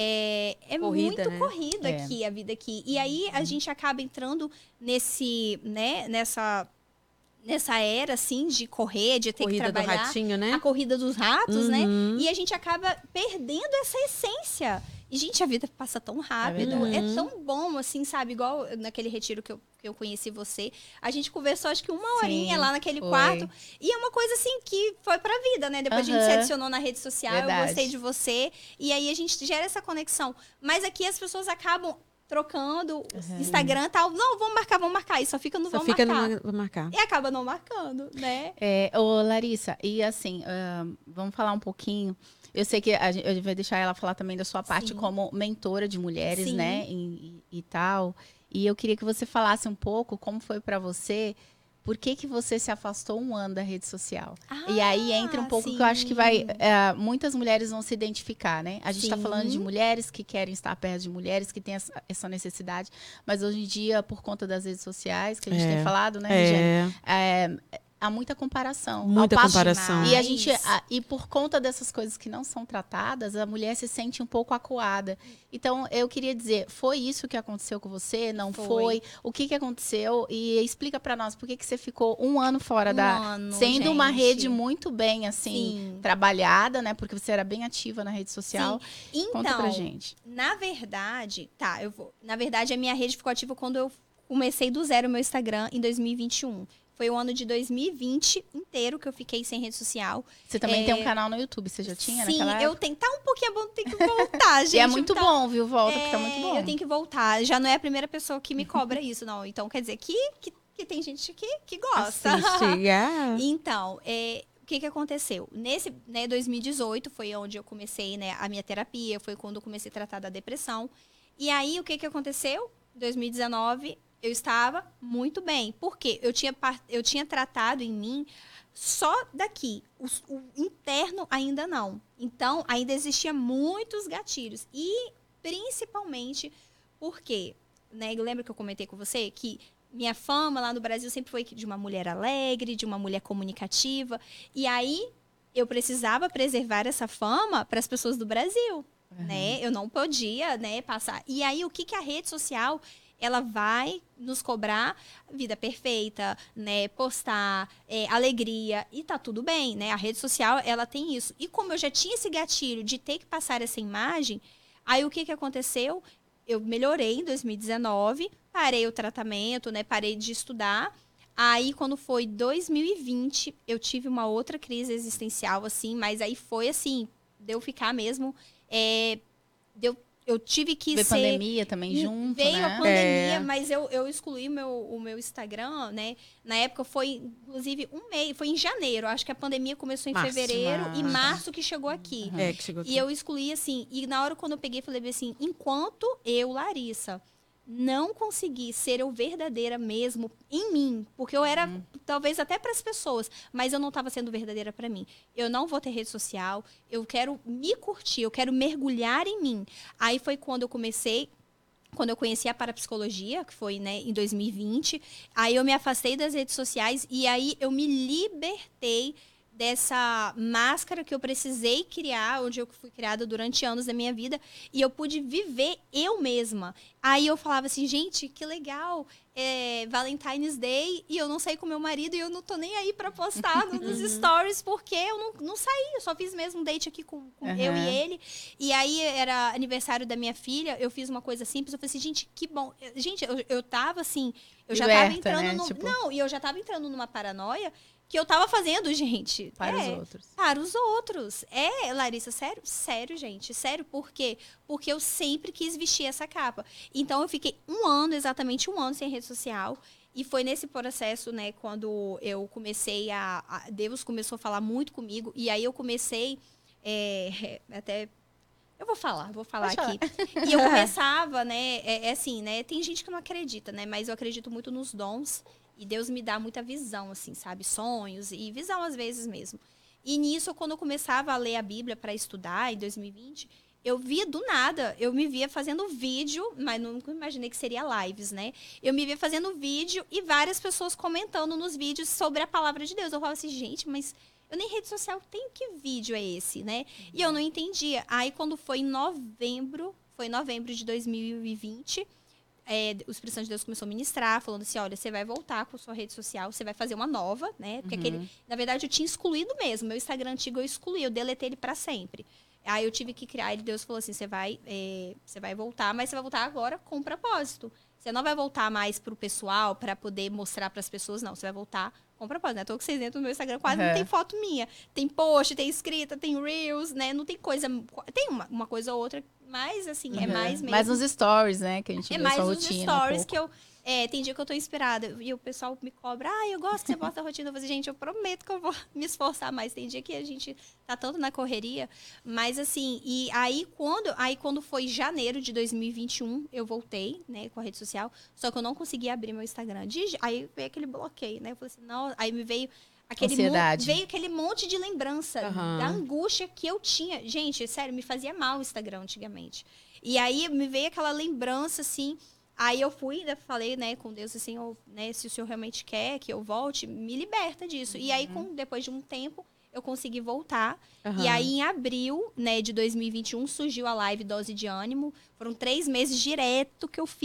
é, é corrida, muito né? corrida é. aqui, a vida aqui. E aí a gente acaba entrando nesse, né, nessa... nessa era, assim, de correr, de ter corrida que trabalhar. Do ratinho, né? A corrida dos ratos, uhum. né? E a gente acaba perdendo essa essência. E, gente, a vida passa tão rápido. É, é tão bom, assim, sabe? Igual naquele retiro que eu, que eu conheci você. A gente conversou, acho que uma horinha Sim, lá naquele foi. quarto. E é uma coisa, assim, que foi pra vida, né? Depois uhum. a gente se adicionou na rede social. Verdade. Eu gostei de você. E aí a gente gera essa conexão. Mas aqui as pessoas acabam... trocando, uhum. Instagram e tal. Não, vamos marcar, vamos marcar. E só fica no só vamos fica marcar. No, vamos marcar. E acaba não marcando, né? É, ô, Larissa, e assim, uh, vamos falar um pouquinho. Eu sei que a gente, eu vou deixar ela falar também da sua parte Sim. como mentora de mulheres, Sim. né? E, e, e tal. E eu queria que você falasse um pouco como foi para você. Por que, que você se afastou um ano da rede social? Ah, e aí entra um pouco sim. que eu acho que vai... É, muitas mulheres vão se identificar, né? A gente está falando de mulheres que querem estar perto de mulheres, que têm essa, essa necessidade. Mas hoje em dia, por conta das redes sociais, que a gente é. tem falado, né, Regiane? É. É, há muita comparação. Muita comparação. E, a gente, a, e por conta dessas coisas que não são tratadas, a mulher se sente um pouco acuada. Então, eu queria dizer, foi isso que aconteceu com você? Não foi? foi? O que, que aconteceu? E explica pra nós, por que, que você ficou um ano fora um da... Ano, sendo gente. uma rede muito bem, assim, Sim. trabalhada, né? Porque você era bem ativa na rede social. Sim. Então, Conta pra gente. Na verdade... Tá, eu vou... Na verdade, a minha rede ficou ativa quando eu comecei do zero o meu Instagram em dois mil e vinte e um. Foi o ano de dois mil e vinte inteiro que eu fiquei sem rede social. Você também É, tem um canal no YouTube, você já tinha Sim, naquela eu época? tenho. Tá um pouquinho bom, tem que voltar, gente. E é muito tá- bom, viu? Volta, É, que tá muito bom. Eu tenho que voltar. Já não é a primeira pessoa que me cobra isso, não. Então, quer dizer que, que, que tem gente que, que gosta. Assiste, yeah. Então, é, o que, que aconteceu? Nesse, né, dois mil e dezoito foi onde eu comecei, né, a minha terapia, foi quando eu comecei a tratar da depressão. E aí, o que, que aconteceu? dois mil e dezenove, eu estava muito bem. Por quê? Eu tinha, par- eu tinha tratado em mim só daqui. O, o interno ainda não. Então, ainda existia muitos gatilhos. E, principalmente, porque, né, lembra que eu comentei com você que minha fama lá no Brasil sempre foi de uma mulher alegre, de uma mulher comunicativa. E aí, eu precisava preservar essa fama para as pessoas do Brasil. Uhum. Né? Eu não podia, né, passar. E aí, o que, que a rede social ela vai nos cobrar? Vida perfeita, né, postar, é, alegria, e tá tudo bem, né? A rede social, ela tem isso. E como eu já tinha esse gatilho de ter que passar essa imagem, aí o que, que aconteceu? Eu melhorei em dois mil e dezenove, parei o tratamento, né, parei de estudar. Aí, quando foi dois mil e vinte, eu tive uma outra crise existencial, assim, mas aí foi assim, de eu ficar mesmo... É, deu, eu tive que Veio ser... pandemia também junto, Veio né? a pandemia, É. mas eu, eu excluí o meu, o meu Instagram, né? Na época foi, inclusive, um mês, foi em janeiro. Acho que a pandemia começou em Março, fevereiro e março. março que chegou aqui. Uhum. É, que chegou aqui. E eu excluí, assim, e na hora quando eu peguei, falei assim, enquanto eu, Larissa, não consegui ser eu verdadeira mesmo em mim, porque eu era, talvez até para as pessoas, mas eu não estava sendo verdadeira para mim. Eu não vou ter rede social, eu quero me curtir, eu quero mergulhar em mim. Aí foi quando eu comecei, quando eu conheci a parapsicologia, que foi, né, em dois mil e vinte, aí eu me afastei das redes sociais e aí eu me libertei dessa máscara que eu precisei criar, onde eu fui criada durante anos da minha vida, e eu pude viver eu mesma. Aí eu falava assim, gente, que legal, é Valentine's Day, e eu não saí com meu marido, e eu não tô nem aí pra postar no- nos stories, porque eu não, não saí, eu só fiz mesmo um date aqui com, com Uhum. eu e ele, e aí era aniversário da minha filha, eu fiz uma coisa simples, eu falei assim, gente, que bom. Gente, eu, eu tava assim, eu já tava Liberta, entrando né? no... Tipo- Não, e eu já tava entrando numa paranoia, que eu tava fazendo, gente. Para é, os outros. Para os outros. É, Larissa, sério? Sério, gente. Sério, por quê? Porque eu sempre quis vestir essa capa. Então, eu fiquei um ano, exatamente um ano sem rede social. E foi nesse processo, né, quando eu comecei a... a Deus começou a falar muito comigo. E aí, eu comecei... é, até... Eu vou falar, vou falar Pode aqui. E eu começava, né, é, é assim, né, tem gente que não acredita, né, mas eu acredito muito nos dons. E Deus me dá muita visão, assim, sabe? Sonhos e visão às vezes mesmo. E nisso, quando eu começava a ler a Bíblia para estudar, em dois mil e vinte, eu via do nada, eu me via fazendo vídeo, mas nunca imaginei que seria lives, né? Eu me via fazendo vídeo e várias pessoas comentando nos vídeos sobre a palavra de Deus. Eu falava assim, gente, mas eu nem rede social tenho, que vídeo é esse, né? E eu não entendia. Aí, quando foi em novembro, foi em novembro de dois mil e vinte... É, o Espírito Santo de Deus começou a ministrar, falando assim, olha, você vai voltar com a sua rede social, você vai fazer uma nova, né? Porque Uhum. aquele, na verdade, eu tinha excluído mesmo. Meu Instagram antigo eu excluí, eu deletei ele para sempre. Aí eu tive que criar, e Deus falou assim, você vai, é, você vai voltar, mas você vai voltar agora com propósito. Você não vai voltar mais pro pessoal, para poder mostrar para as pessoas, não. Você vai voltar com propósito, né? Tô que vocês entram no meu Instagram, quase Uhum. não tem foto minha. Tem post, tem escrita, tem reels, né? Não tem coisa... Tem uma, uma coisa ou outra, mas, assim, é Uhum. mais mesmo. Mais nos stories, né? Que a gente É vê mais sua os rotina. um stories pouco. que eu... É, tem dia que eu tô inspirada e o pessoal me cobra. Ah, eu gosto que você posta a rotina. Eu falo assim, gente, eu prometo que eu vou me esforçar mais. Tem dia que a gente tá tanto na correria. Mas, assim, e aí quando, aí quando foi janeiro de dois mil e vinte e um, eu voltei, né, com a rede social. Só que eu não conseguia abrir meu Instagram. De- Aí veio aquele bloqueio, né? Eu falei assim, não... Aí me veio... Aquele mon- Ansiedade. veio aquele monte de lembrança Aham. da angústia que eu tinha. Gente, sério, me fazia mal o Instagram antigamente. E aí me veio aquela lembrança, assim... Aí eu fui, né, falei, né, com Deus, assim, eu, né, se o Senhor realmente quer que eu volte, me liberta disso. E aí, com, depois de um tempo, eu consegui voltar. Aham. E aí, em abril, né, de dois mil e vinte e um, surgiu a live Dose de Ânimo. Foram três meses direto que eu fiz.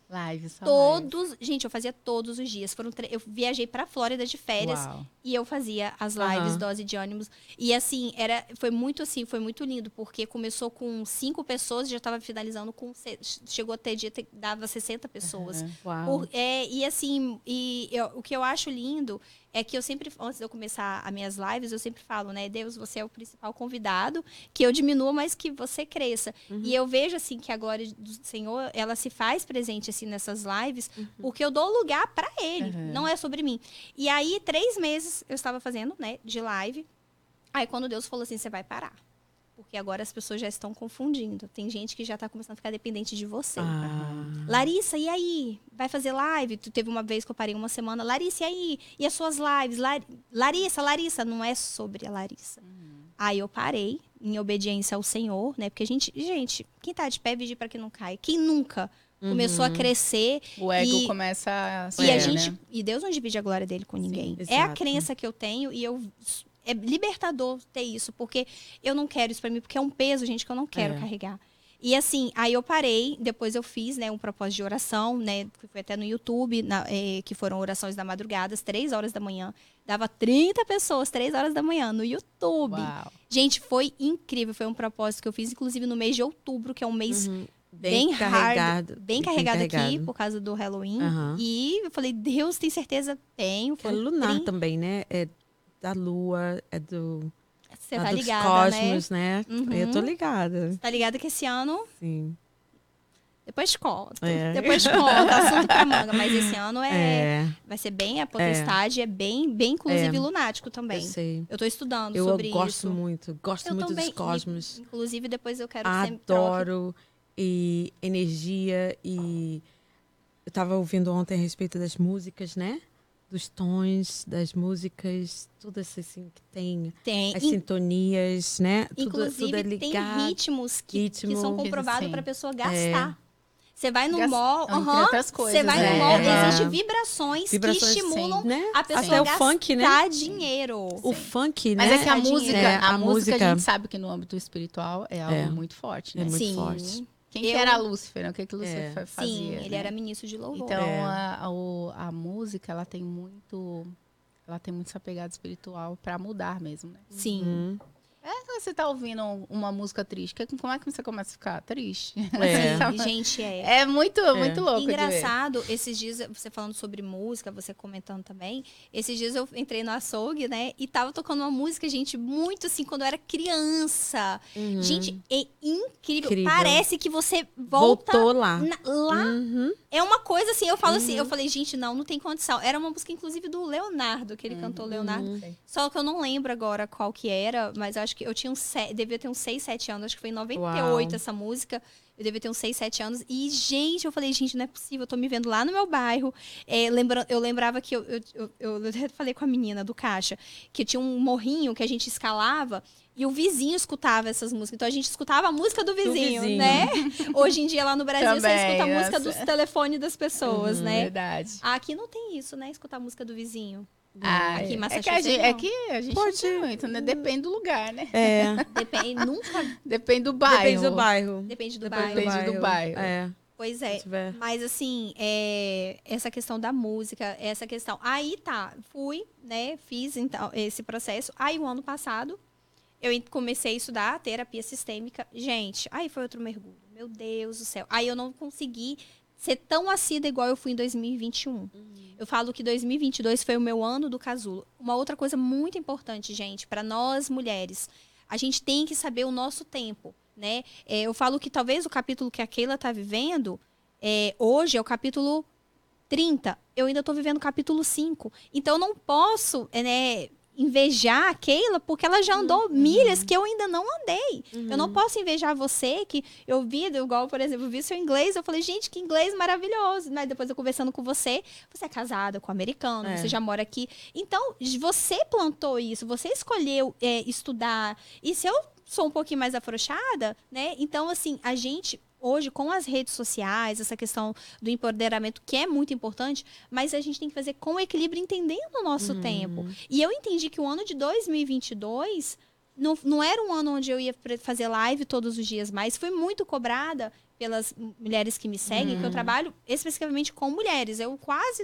Live, só Todos, gente, eu fazia todos os dias. Foram tre- eu viajei pra Flórida de férias Uau. e eu fazia as lives Aham. Dose de Ânimos. E assim, era, foi muito assim, foi muito lindo, porque começou com cinco pessoas e já estava finalizando com. se- Chegou até dia, te- dava sessenta pessoas. Uhum. Uau. Por- é, e assim, e eu- o que eu acho lindo é que eu sempre, antes de eu começar as minhas lives, eu sempre falo, né? Deus, você é o principal convidado, que eu diminua, mas que você cresça. Uhum. E eu vejo, assim, que a glória do Senhor, ela se faz presente, assim, nessas lives, Uhum. porque eu dou lugar para Ele, Uhum. não é sobre mim. E aí, três meses eu estava fazendo, né, de live. Aí, quando Deus falou assim, você vai parar. Porque agora as pessoas já estão confundindo. Tem gente que já está começando a ficar dependente de você. Ah. Larissa, e aí? Vai fazer live? Tu teve uma vez que eu parei uma semana. Larissa, e aí? E as suas lives? Lar- Larissa, Larissa, não é sobre a Larissa. Aí eu parei, em obediência ao Senhor, né? Porque a gente, gente, quem tá de pé, vigia para que não cai. Quem nunca começou a crescer O ego e, começa a... e a É, gente, né? e Deus não divide a glória dele com ninguém. Sim, É a exato. crença que eu tenho e eu é libertador ter isso, porque eu não quero isso para mim, porque é um peso, gente, que eu não quero É. carregar. E assim, aí eu parei, depois eu fiz, né, um propósito de oração, né, que foi até no YouTube, na- eh, que foram orações da madrugada, às três horas da manhã. Dava trinta pessoas, três horas da manhã, no YouTube. Uau. Gente, foi incrível, foi um propósito que eu fiz, inclusive no mês de outubro, que é um mês Uhum. bem, carregado. hard, bem carregado aqui, por causa do Halloween. Aham. E eu falei, Deus, tem certeza? Tenho. Que é Foram lunar trinta também, né? É da lua, é do... Você lá tá dos ligada, cosmos, né? Uhum. Eu tô ligada. Tá ligada que esse ano, Sim. depois te conto. É. Depois te conto, assunto pra manga. Mas esse ano é, É, vai ser bem, a potestade é, bem, bem inclusive É. lunático eu também. sei. Eu tô estudando Eu sobre gosto isso. muito, gosto Eu muito também. dos cosmos. E, inclusive, depois eu quero que você me troque. Adoro e energia e eu tava ouvindo ontem a respeito das músicas, né? Dos tons das músicas, tudo isso assim que tem, Tem. as In- sintonias, né? Tudo, Inclusive, tudo é tem ligado. ritmos que, Ritmo. que são comprovados Sim. para a pessoa gastar. Você vai no Gas- mall, entre aham, outras coisas, você vai né? no mall, É. existem vibrações, Vibrações, que estimulam né? a pessoa Até a o gastar funk, né? dinheiro. O funk, né? Mas é que a Tadinha. música, É, a, a música, música- a gente sabe que no âmbito espiritual é algo É. muito forte, É né? muito Sim. forte. Quem Eu- que era Lúcifer, né? O que que Lúcifer É. fa- fazia? Sim, ele né? era ministro de louvor. Então, É. a, a, o- a música, ela tem muito... Ela tem muito essa pegada espiritual pra mudar mesmo, né? Sim. Hum. Quando você tá ouvindo um- uma música triste, que- como é que você começa a ficar triste? É. Sabe? Gente, é. É muito, muito louco de ver. Engraçado, esses dias, você falando sobre música, você comentando também, esses dias eu entrei no açougue, né, e tava tocando uma música, gente, muito assim, quando eu era criança. Uhum. Gente, é incrível. Incrível. Parece que você volta Voltou lá. na- lá. Uhum. É uma coisa assim, eu falo assim, eu falei, gente, não, não tem condição. Era uma música, inclusive, do Leonardo, que ele cantou Leonardo. Só que eu não lembro agora qual que era, mas eu acho que eu tinha uns se... devia ter uns seis, sete anos, acho que foi em noventa e oito Uau. essa música. Eu devia ter uns seis, sete anos. E, gente, eu falei, gente, não é possível, eu tô me vendo lá no meu bairro. É, lembra... Eu lembrava que eu, eu, eu, eu até falei com a menina do caixa, que tinha um morrinho que a gente escalava. E o vizinho escutava essas músicas. Então a gente escutava a música do vizinho, vizinho. né? Hoje em dia, lá no Brasil, você Também, escuta a música nossa. dos telefones das pessoas, Uhum. né? Verdade. Aqui não tem isso, né? Escutar a música do vizinho. Ah, Aqui em é, que a Massachusetts, gente, é não. que a gente Pode- não tem muito, né? Depende do lugar, né? É. Depende, nunca Depende do bairro. Depende do bairro. depende do Depende bairro. Depende do bairro. É. Pois é. Se tiver. Mas assim, é, essa questão da música, essa questão. Aí tá, fui, né? Fiz então esse processo. Aí o ano passado, eu en- comecei a estudar terapia sistêmica. Gente, aí foi outro mergulho. Meu Deus do céu. Aí eu não consegui ser tão assídua igual eu fui em dois mil e vinte e um. Eu falo que dois mil e vinte e dois foi o meu ano do casulo. Uma outra coisa muito importante, gente, para nós mulheres, a gente tem que saber o nosso tempo, né? É, eu falo que talvez o capítulo que a Keila está vivendo é, hoje é o capítulo trinta. Eu ainda estou vivendo o capítulo cinco. Então eu não posso, é, né, invejar a Keila porque ela já andou milhas que eu ainda não andei. Eu não posso invejar você que eu vi, igual, por exemplo, eu vi seu inglês, eu falei, gente, que inglês maravilhoso. Mas depois eu conversando com você, você é casada com um americano, É. você já mora aqui. Então, você plantou isso, você escolheu é, estudar. E se eu sou um pouquinho mais afrouxada, né? Então, assim, a gente... Hoje, com as redes sociais, essa questão do empoderamento, que é muito importante, mas a gente tem que fazer com equilíbrio, entendendo o nosso tempo. E eu entendi que o ano de dois mil e vinte e dois não, não era um ano onde eu ia pre- fazer live todos os dias mais. Fui muito cobrada pelas mulheres que me seguem, Uhum. que eu trabalho especificamente com mulheres. Eu quase...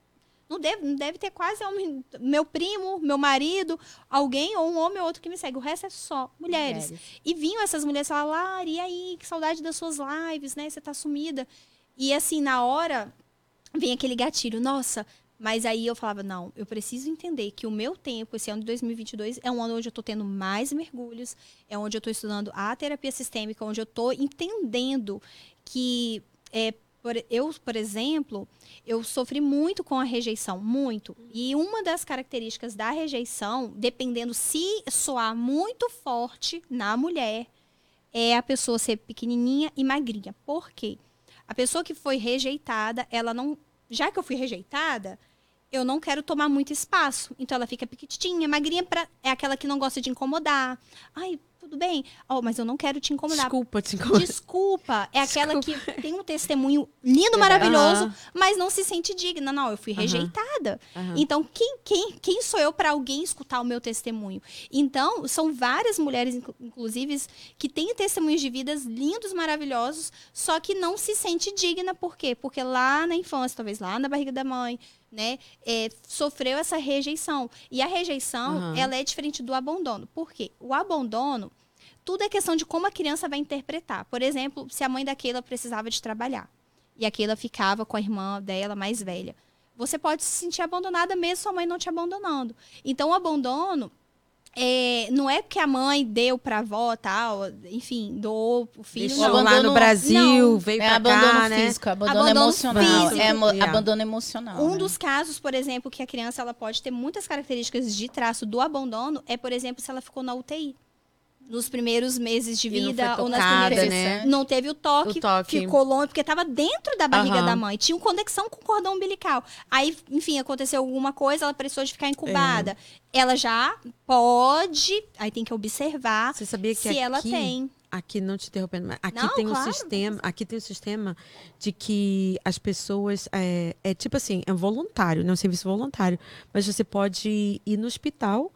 Não deve, não deve ter quase homem, meu primo, meu marido, alguém ou um homem ou outro que me segue. O resto é só mulheres. Mulheres. E vinham essas mulheres falar, Lari, e aí, que saudade das suas lives, né? Você tá sumida. E assim, na hora, vem aquele gatilho, nossa... Mas aí eu falava, não, eu preciso entender que o meu tempo, esse ano de dois mil e vinte e dois, é um ano onde eu tô tendo mais mergulhos, é onde eu tô estudando a terapia sistêmica, onde eu tô entendendo que é, por, eu, por exemplo, eu sofri muito com a rejeição, muito. E uma das características da rejeição, dependendo se soar muito forte na mulher, é a pessoa ser pequenininha e magrinha. Por quê? A pessoa que foi rejeitada, ela não... Já que eu fui rejeitada, eu não quero tomar muito espaço. Então, ela fica pequitinha, magrinha, pra, é aquela que não gosta de incomodar. Ai, tudo bem. Oh, mas eu não quero te incomodar. Desculpa, te incomodar. Desculpa. É aquela Desculpa. que tem um testemunho lindo, É maravilhoso, Aham. mas não se sente digna. Não, eu fui Aham. rejeitada. Aham. Então, quem, quem, quem sou eu para alguém escutar o meu testemunho? Então, são várias mulheres, inclu- inclusive, que têm testemunhos de vidas lindos, maravilhosos, só que não se sente digna. Por quê? Porque lá na infância, talvez lá na barriga da mãe, né, é, sofreu essa rejeição. E a rejeição, Aham. ela é diferente do abandono. Por quê? O abandono, tudo é questão de como a criança vai interpretar. Por exemplo, se a mãe da Keila precisava de trabalhar e a Keila ficava com a irmã dela mais velha, você pode se sentir abandonada mesmo sua mãe não te abandonando. Então, o abandono é, não é porque a mãe deu pra avó, tal, enfim, doou o filho. Deixou Não. lá no Brasil, Não. veio É pra abandono cá, né? físico, abandono, Abandono emocional. físico. É emo- Yeah. abandono emocional. Um né? dos casos, por exemplo, que a criança ela pode ter muitas características de traço do abandono é, por exemplo, se ela ficou na U T I. Nos primeiros meses de E não vida, foi ou nas tocada, primeiras... né? Não teve o toque, O toque. ficou longe, porque estava dentro da barriga Aham. da mãe. Tinha uma conexão com o cordão umbilical. Aí, enfim, aconteceu alguma coisa, ela precisou de ficar incubada. É. Ela já pode... Aí tem que observar Você sabia que se aqui, ela tem. aqui não te interrompendo, mas aqui Não, tem um claro. sistema, aqui tem um sistema de que as pessoas é, é tipo assim, é voluntário, não é um serviço voluntário, mas você pode ir no hospital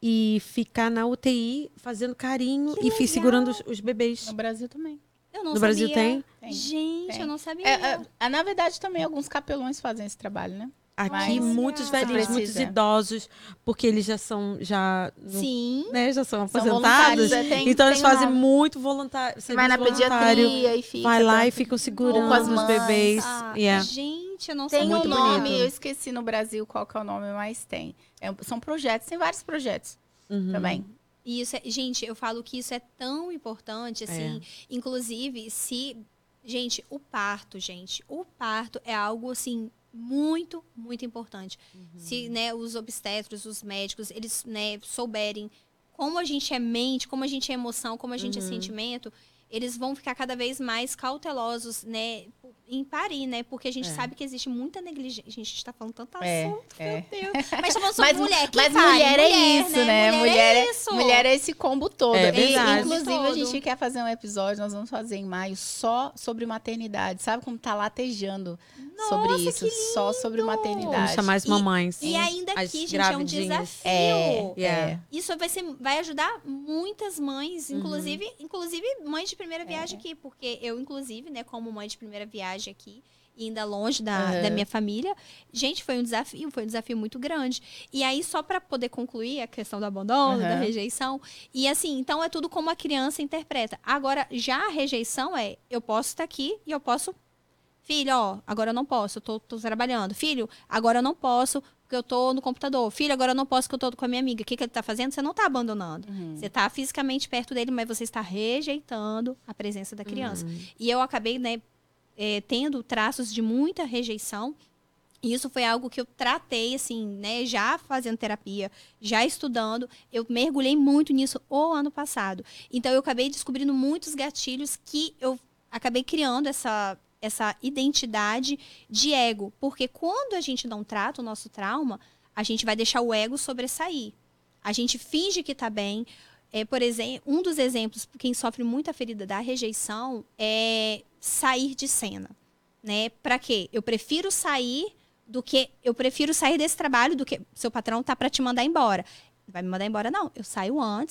e ficar na U T I fazendo carinho Que e fi- legal. segurando os, os bebês. No Brasil também. Eu não No sabia. Brasil tem? Tem. Gente, Tem. eu não sabia. É, é, na verdade, também alguns capelões fazem esse trabalho, né? Aqui Olha. muitos Você velhinhos, muitos precisa. idosos, porque eles já são já no- Sim. né, já são São aposentados. voluntários, é, tem- então eles tem um fazem nome. muito voluntário, Você vai na serviço voluntário. pediatria e fica. Vai lá e tanto- ficam com segurando as os mães. bebês. Ah, Yeah. Gente, eu não Tem sabia. um muito nome, bonito. eu esqueci no Brasil qual que é o nome, mas tem. É, são projetos, tem vários projetos Uhum. também. E isso é, gente, eu falo que isso é tão importante, assim, inclusive, se, gente, o parto, gente, o parto é algo, assim, muito, muito importante. Se, né, os obstetros, os médicos, eles, né, souberem como a gente é mente, como a gente é emoção, como a gente é sentimento, eles vão ficar cada vez mais cautelosos, né, em parir, né, porque a gente É. sabe que existe muita negligência. Gente, a gente tá falando tanto É, assunto, é. meu Deus. Mas tá falando sobre Mas, mulher, quem mas pare? mulher é isso, né? Mulher é é, isso. mulher é esse combo todo. É E, verdade. inclusive, a Todo. gente quer fazer um episódio, nós vamos fazer em maio, só sobre maternidade. Sabe como tá latejando sobre Nossa, isso? que Só sobre Vamos maternidade. chamar as E- mamães. E ainda As aqui, gente, é um gravidinhas. desafio. É, Yeah. é. Isso vai, ser, vai ajudar muitas Uhum. mães, inclusive, inclusive mães de primeira É. viagem aqui, porque eu, inclusive, né, como mãe de primeira viagem aqui, e ainda longe da, Uhum. da minha família, gente, foi um desafio, foi um desafio muito grande. E aí, só para poder concluir a questão do abandono, Uhum. da rejeição, e assim, então é tudo como a criança interpreta. Agora, já a rejeição é, eu posso estar aqui e eu posso filho, ó, agora eu não posso, eu tô, tô trabalhando. Filho, agora eu não posso, porque eu tô no computador. Filho, agora eu não posso, porque eu tô com a minha amiga. O que, que ele tá fazendo? Você não tá abandonando. Uhum. Você tá fisicamente perto dele, mas você está rejeitando a presença da criança. E eu acabei, né, é, tendo traços de muita rejeição. E isso foi algo que eu tratei, assim, né, já fazendo terapia, já estudando. Eu mergulhei muito nisso o ano passado. Então, eu acabei descobrindo muitos gatilhos que eu acabei criando essa... essa identidade de ego. Porque quando a gente não trata o nosso trauma, a gente vai deixar o ego sobressair. A gente finge que tá bem. É, por exemplo, um dos exemplos, quem sofre muita ferida da rejeição, é sair de cena. Né? Pra quê? Eu prefiro sair do que... Eu prefiro sair desse trabalho do que seu patrão tá para te mandar embora. Vai me mandar embora? Não. Eu saio antes,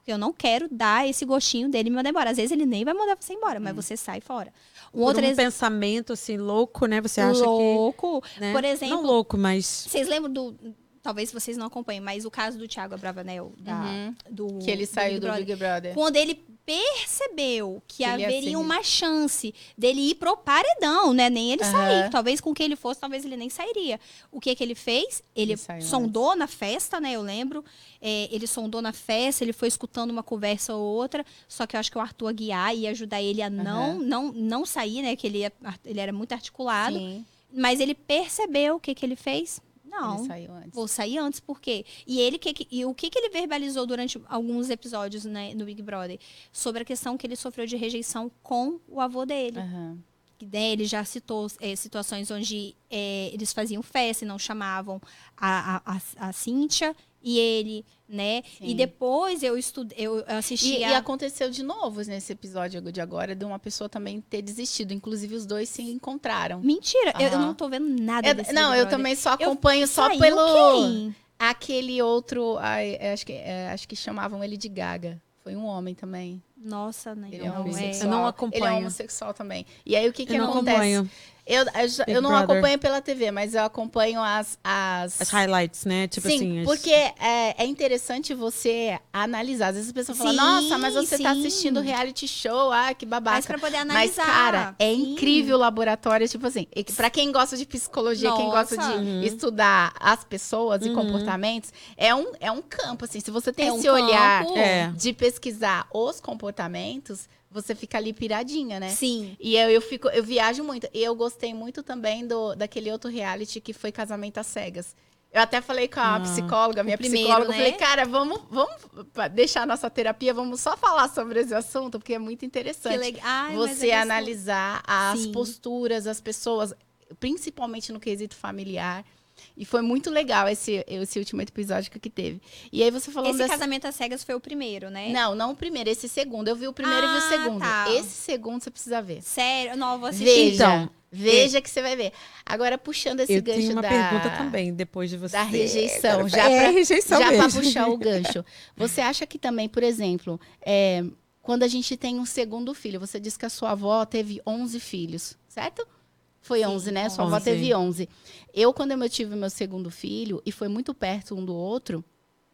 Porque eu não quero dar esse gostinho dele e me mandar embora. Às vezes ele nem vai mandar você embora, mas você sai fora. Um Por outro um ex... pensamento, assim, louco, né? Você acha louco. que... Né? Por exemplo... Não louco, mas... Vocês lembram do... Talvez vocês não acompanhem, mas o caso do Thiago Abravanel, da, Uhum. do Que ele saiu do Big Brother. Quando ele percebeu que, Que ele ia haveria ser- uma chance dele ir pro paredão, né? Nem ele Aham. sair. Talvez com quem ele fosse, talvez ele nem sairia. O que que ele fez? Ele, Ele saiu sondou na festa, né? Eu lembro. É, ele sondou na festa, ele foi escutando uma conversa ou outra. Só que eu acho que o Arthur Aguiar ia ajudar ele a não, Aham. não, não sair, né? Que ele, ia- ele era muito articulado. Sim, Mas ele percebeu o que que ele fez? Não. ele saiu antes. Vou sair antes, por quê? E ele que, que- e o que, que ele verbalizou durante alguns episódios, né, no Big Brother? Sobre a questão que ele sofreu de rejeição com o avô dele. Aham. Que, né, ele já citou é, situações onde é, eles faziam festa e não chamavam a, a, a, a Cíntia e ele, né? Sim. E depois eu estudei, eu assisti E, e a... aconteceu de novo nesse episódio de agora, de uma pessoa também ter desistido. Inclusive, os dois se encontraram. Mentira, eu, eu Aham. não tô vendo nada Eu- desse não, Big eu Brother. também só Eu- acompanho só Saiu pelo... quem? Aquele outro, ai, é, acho, que, é, acho que chamavam ele de Gaga. Foi um homem também. Nossa, né? Ele é não, homossexual. Eu não Ele é acompanho. homossexual também. E aí, o que que Eu não acontece? acompanho Eu, eu, já- Big eu não Brother. acompanho pela T V, mas eu acompanho as... as... as highlights, né? Tipo Sim, assim... as- porque é, é interessante você analisar. Às vezes a pessoa fala, Sim, nossa, mas você tá sim. assistindo reality show, ah, que babaca. Mas pra poder Mas, analisar. cara, é Sim. incrível o laboratório, tipo assim, e pra quem gosta de psicologia, quem gosta Nossa. de Uhum. estudar as pessoas e Uhum. comportamentos, é um, é um campo, assim, se você tem É um esse olhar campo. É. de pesquisar os comportamentos, você fica ali piradinha, né? Sim. E eu, eu fico, eu viajo muito. E eu gostei muito também do, daquele outro reality que foi Casamento às Cegas. Eu até falei com a Ah. psicóloga, minha primeiro, psicóloga, eu né? falei, cara, vamos, vamos pra deixar a nossa terapia, vamos só falar sobre esse assunto, porque é muito Que interessante. legal. Ai, mas Você é gostoso. analisar as Sim. posturas, as pessoas, principalmente no quesito familiar. E foi muito legal esse, esse último episódio que teve. E aí você falando Esse dessa... casamento às cegas foi o primeiro, né? Não, não o primeiro, esse segundo. Eu vi o primeiro e vi o Ah, segundo. tá. Esse segundo você precisa ver. Sério? Não, eu vou assistir. Veja, Então, veja que você vai ver. Agora, puxando esse Eu gancho tenho uma da... pergunta também, depois de você. da rejeição, já é pra- rejeição Já para mesmo. puxar o gancho. Você acha que também, por exemplo, é, quando a gente tem um segundo filho, você disse que a sua avó teve onze filhos, certo? Foi Sim, onze, né? Sua avó onze. teve onze. Eu, quando eu tive meu segundo filho, e foi muito perto um do outro,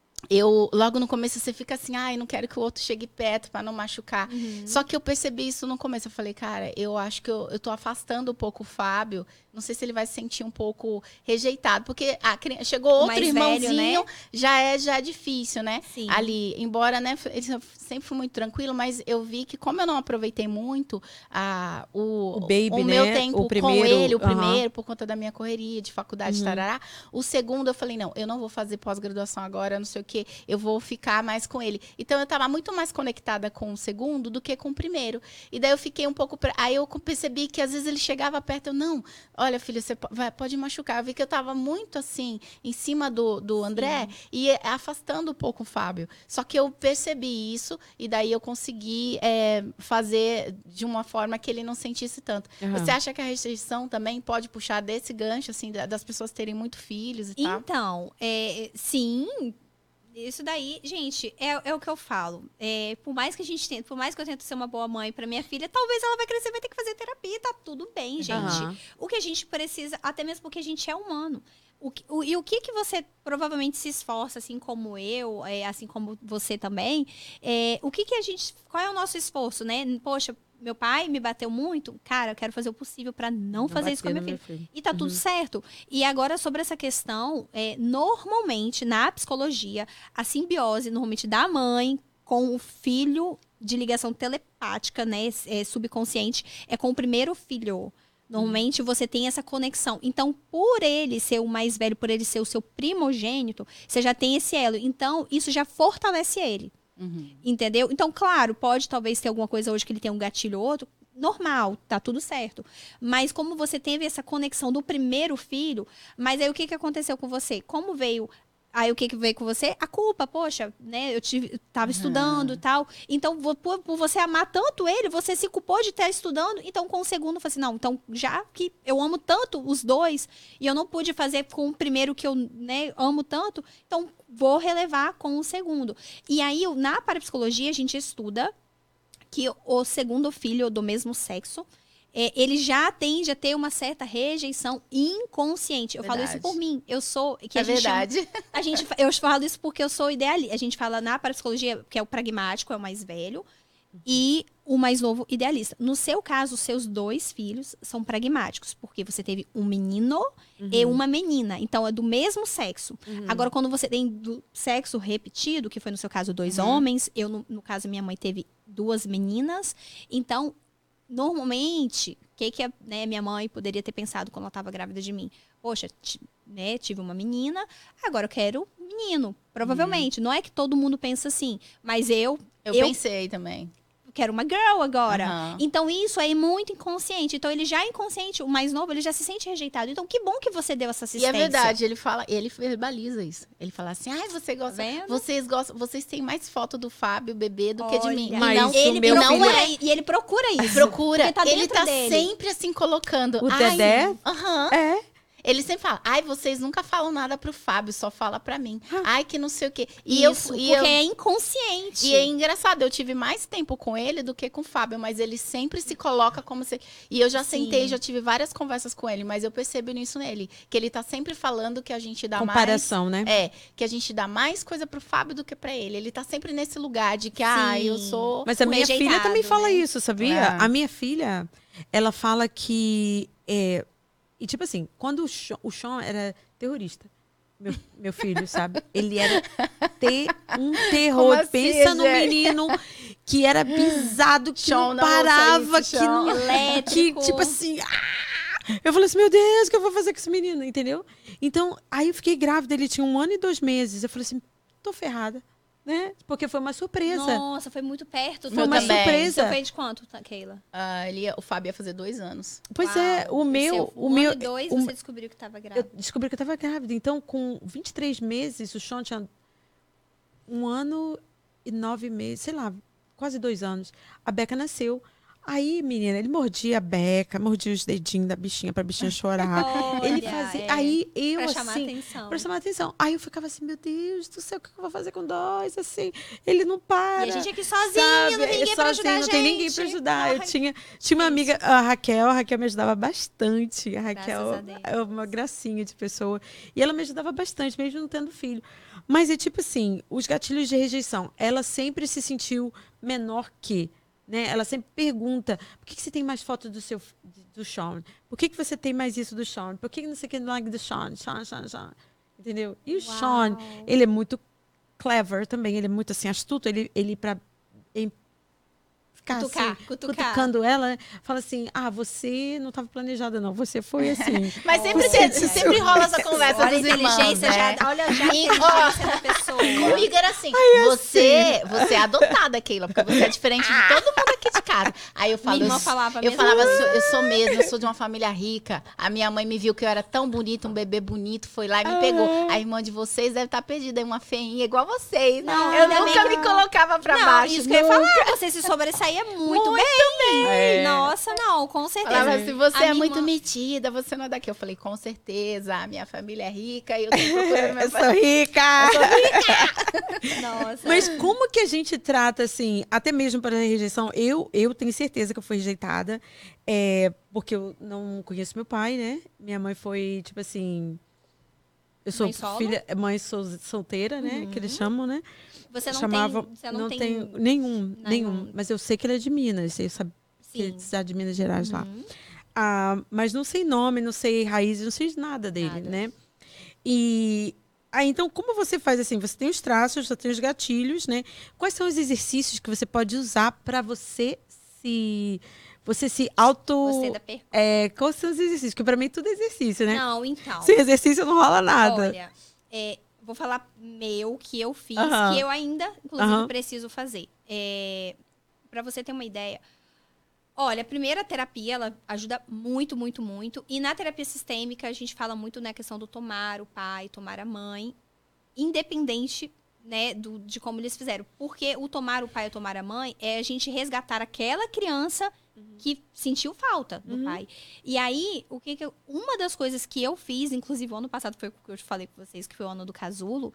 eu, logo no começo, você fica assim, ai, não quero que o outro chegue perto para não machucar. Uhum. Só que eu percebi isso no começo. Eu falei, cara, eu acho que eu, eu tô afastando um pouco o Fábio. Não sei se ele vai se sentir um pouco rejeitado. Porque a, cri- chegou O outro mais irmãozinho, velho, né? já é já é difícil, né? Sim. Ali, embora, né, ele sempre foi muito tranquilo, mas eu vi que como eu não aproveitei muito a, o, O baby, o meu né? tempo O primeiro, com ele, o aham. primeiro, por conta da minha correria de faculdade, Uhum. tarará. O segundo, eu falei, não, eu não vou fazer pós-graduação agora, não sei o quê, eu vou ficar mais com ele. Então, eu estava muito mais conectada com o segundo do que com o primeiro. E daí eu fiquei um pouco... pre- Aí eu percebi que às vezes ele chegava perto, eu, não, olha, filho, você po- vai, pode machucar. Eu vi que eu estava muito, assim, em cima do, do André e afastando um pouco o Fábio. Só que eu percebi isso e daí eu consegui é, fazer de uma forma que ele não sentisse tanto. Aham. Você acha que a restrição também pode puxar desse gancho, assim, da- das pessoas terem muito filhos e tal? Então, é, sim, isso daí, gente, é, é o que eu falo. É, por mais que a gente tente, por mais que eu tente ser uma boa mãe pra minha filha, talvez ela vai crescer e vai ter que fazer terapia, tá tudo bem, gente. Aham. O que a gente precisa, até mesmo porque a gente é humano. O, que- o- e o que que você provavelmente se esforça, assim como eu, é, assim como você também, é, o que que a gente, qual é o nosso esforço, né? Poxa, meu pai me bateu muito, cara, eu quero fazer o possível pra não, fazer isso com a minha bater filha. no meu filho. E tá tudo certo. E agora, sobre essa questão, é, normalmente, na psicologia, a simbiose, normalmente, da mãe com o filho de ligação telepática, né, é, subconsciente, é com o primeiro filho. Normalmente, você tem essa conexão. Então, por ele ser o mais velho, por ele ser o seu primogênito, você já tem esse elo. Então, isso já fortalece ele. Uhum. Entendeu? Então, claro, pode talvez ter alguma coisa hoje que ele tem um gatilho ou outro. Normal, tá tudo certo. Mas como você teve essa conexão do primeiro filho, mas aí o que, que aconteceu com você? Como veio... Aí o que, que veio com você? A culpa, poxa, né? Eu tive, eu tava estudando e tal. Então, vo- por, por você amar tanto ele, você se culpou de estar estudando. Então, com o segundo, eu falei assim, não, então, já que eu amo tanto os dois, e eu não pude fazer com o primeiro que eu, né, amo tanto, então, vou relevar com o segundo. E aí, na parapsicologia, a gente estuda que o segundo filho do mesmo sexo, é, ele já tende a ter uma certa rejeição inconsciente. Eu Verdade. falo isso por mim. Eu sou... Que É a gente chama- verdade. a gente, eu falo isso porque eu sou idealista. A gente fala na parapsicologia que é o pragmático, é o mais velho, e o mais novo, idealista. No seu caso, os seus dois filhos são pragmáticos, porque você teve um menino Uhum. e uma menina. Então, é do mesmo sexo. Uhum. Agora, quando você tem do sexo repetido, que foi no seu caso dois Uhum. homens, eu, no, no caso, minha mãe teve duas meninas. Então, normalmente, o que, que a né, minha mãe poderia ter pensado quando ela estava grávida de mim? Poxa, ti- né, tive uma menina, agora eu quero menino. Provavelmente. Não é que todo mundo pensa assim, mas eu, Eu, Eu- pensei também. quero uma girl agora. Aham. Então, isso é muito inconsciente. Então, ele já é inconsciente, o mais novo, ele já se sente rejeitado. Então, que bom que você deu essa E assistência. é verdade, ele fala, ele verbaliza isso. Ele fala assim: ai, você gosta. Tá vendo? Vocês gostam, vocês têm mais foto do Fábio, bebê, do que de mim. Olha, E Mas não, o ele meu procura, filho- e ele procura isso. procura. Porque tá ele dentro tá dele. sempre assim colocando. O ai, Dedé? Aham. É. Ele sempre fala: ai, vocês nunca falam nada pro Fábio, só fala pra mim. Ah. Ai, que não sei o quê. E Isso, eu, e porque eu é inconsciente. E é engraçado, eu tive mais tempo com ele do que com o Fábio, mas ele sempre se coloca como se. E eu já Sim. sentei, já tive várias conversas com ele, mas eu percebo isso nele. Que ele tá sempre falando que a gente dá Comparação, né? mais. É, que a gente dá mais coisa pro Fábio do que pra ele. Ele tá sempre nesse lugar de que, ah, Sim. eu sou. Mas a minha filha rejeitado, também fala né? isso, sabia? É. A minha filha, ela fala que... É, e tipo assim, quando o Sean, o Sean era terrorista, meu, meu filho, sabe? Ele era ter um terror. Como assim, Pensa num gente? menino que era pisado, que Sean, não não parava, ouça isso, que Sean. não... Que, Elétrico. tipo assim... ah! Eu falei assim, meu Deus, o que eu vou fazer com esse menino? Entendeu? Então, aí eu fiquei grávida, ele tinha um ano e dois meses. Eu falei assim, tô ferrada, né? Porque foi uma surpresa. Nossa, foi muito perto. Foi Eu uma também. surpresa. Você fez de quanto, tá, Keila? Ah, ele, ia- o Fábio ia fazer dois anos. Pois é, Uau. o meu... Seu, o um meu ano e dois, o- você descobriu que tava Eu grávida. descobri que eu estava grávida. Então, com vinte e três meses, o Sean tinha um ano e nove meses, sei lá, quase dois anos. A Beca nasceu. Aí, menina, ele mordia a Beca, mordia os dedinhos da bichinha pra bichinha chorar. ele Olha, fazia. é, Aí eu, pra chamar assim. atenção. Pra chamar atenção. Aí eu ficava assim, meu Deus do céu, o que eu vou fazer com dois? Assim, ele não para. E a gente aqui sozinha, sabe? não tem ninguém pra Sozinho, ajudar a não tem ninguém gente. pra ajudar. Eu Ai, tinha, tinha uma amiga, a Raquel, a Raquel me ajudava bastante. A Raquel Graças a Deus. é uma gracinha de pessoa. E ela me ajudava bastante, mesmo não tendo filho. Mas é tipo assim, os gatilhos de rejeição, ela sempre se sentiu menor que, né? Ela sempre pergunta, por que, que você tem mais foto do seu do Sean? Por que, que você tem mais isso do Sean? Por que, que não sei o que não like do Sean? Sean, Sean, Sean. Entendeu? E o Uau. Sean, ele é muito clever também, ele é muito assim, astuto, ele, ele para ficar Cutucar, assim, cutucar. cutucando ela, né? Fala assim, ah, você não estava planejada não, você foi assim. Mas sempre, Olha, tem- sempre rola essa conversa Olha a dos irmãos, inteligência né? já, olha já a E, inteligência da pessoa. Comigo era assim, você, você é adotada, Keila, porque você é diferente de todo mundo aqui de casa. Aí eu falo, Minha irmã eu, falava eu mesmo. falava, "Sou- eu sou mesmo, eu sou de uma família rica. A minha mãe me viu que eu era tão bonita, um bebê bonito, foi lá e me pegou. A irmã de vocês deve estar perdida, é uma feinha igual vocês. Não, eu ainda nunca bem me que- colocava pra Não, baixo. isso que eu ia nunca. falar, você se sobressaía muito, bem. É. Nossa, não, com certeza. Falava assim, você A é minha muito irmã- metida, você não é daqui. Eu falei, com certeza, a minha família é rica e eu tô procurando meu Eu sou rica! Nossa. Mas como que a gente trata, assim, até mesmo para a rejeição? Eu, eu tenho certeza que eu fui rejeitada, é, porque eu não conheço meu pai, né? Minha mãe foi, tipo assim... Eu sou Mãe solo? filha, mãe sol, solteira, né? Que eles chamam, né? Você não Chamavam, tem, você não, tem... tenho nenhum, nenhum, nenhum. Mas eu sei que ele é de Minas, eu sabia que ele Sim. é de Minas Gerais lá. Uhum. Ah, mas não sei nome, não sei raiz, não sei nada dele, Nada. né? E aí, então, como você faz assim? Você tem os traços, você tem os gatilhos, né? Quais são os exercícios que você pode usar para você se você se auto Você da per... é, quais são os exercícios? Porque para mim tudo é exercício, né? Não, então. Sem exercício não rola nada. Olha, é, vou falar meu, que eu fiz, Aham. que eu ainda, inclusive, Aham. preciso fazer. É, para você ter uma ideia. Olha, a primeira terapia, ela ajuda muito, muito, muito. E na terapia sistêmica, a gente fala muito na questão do tomar o pai, tomar a mãe, independente né, do, de como eles fizeram. Porque o tomar o pai ou tomar a mãe é a gente resgatar aquela criança uhum. que sentiu falta do uhum. pai. E aí, o que que eu, uma das coisas que eu fiz, inclusive o ano passado foi o que eu falei com vocês, que foi o ano do casulo,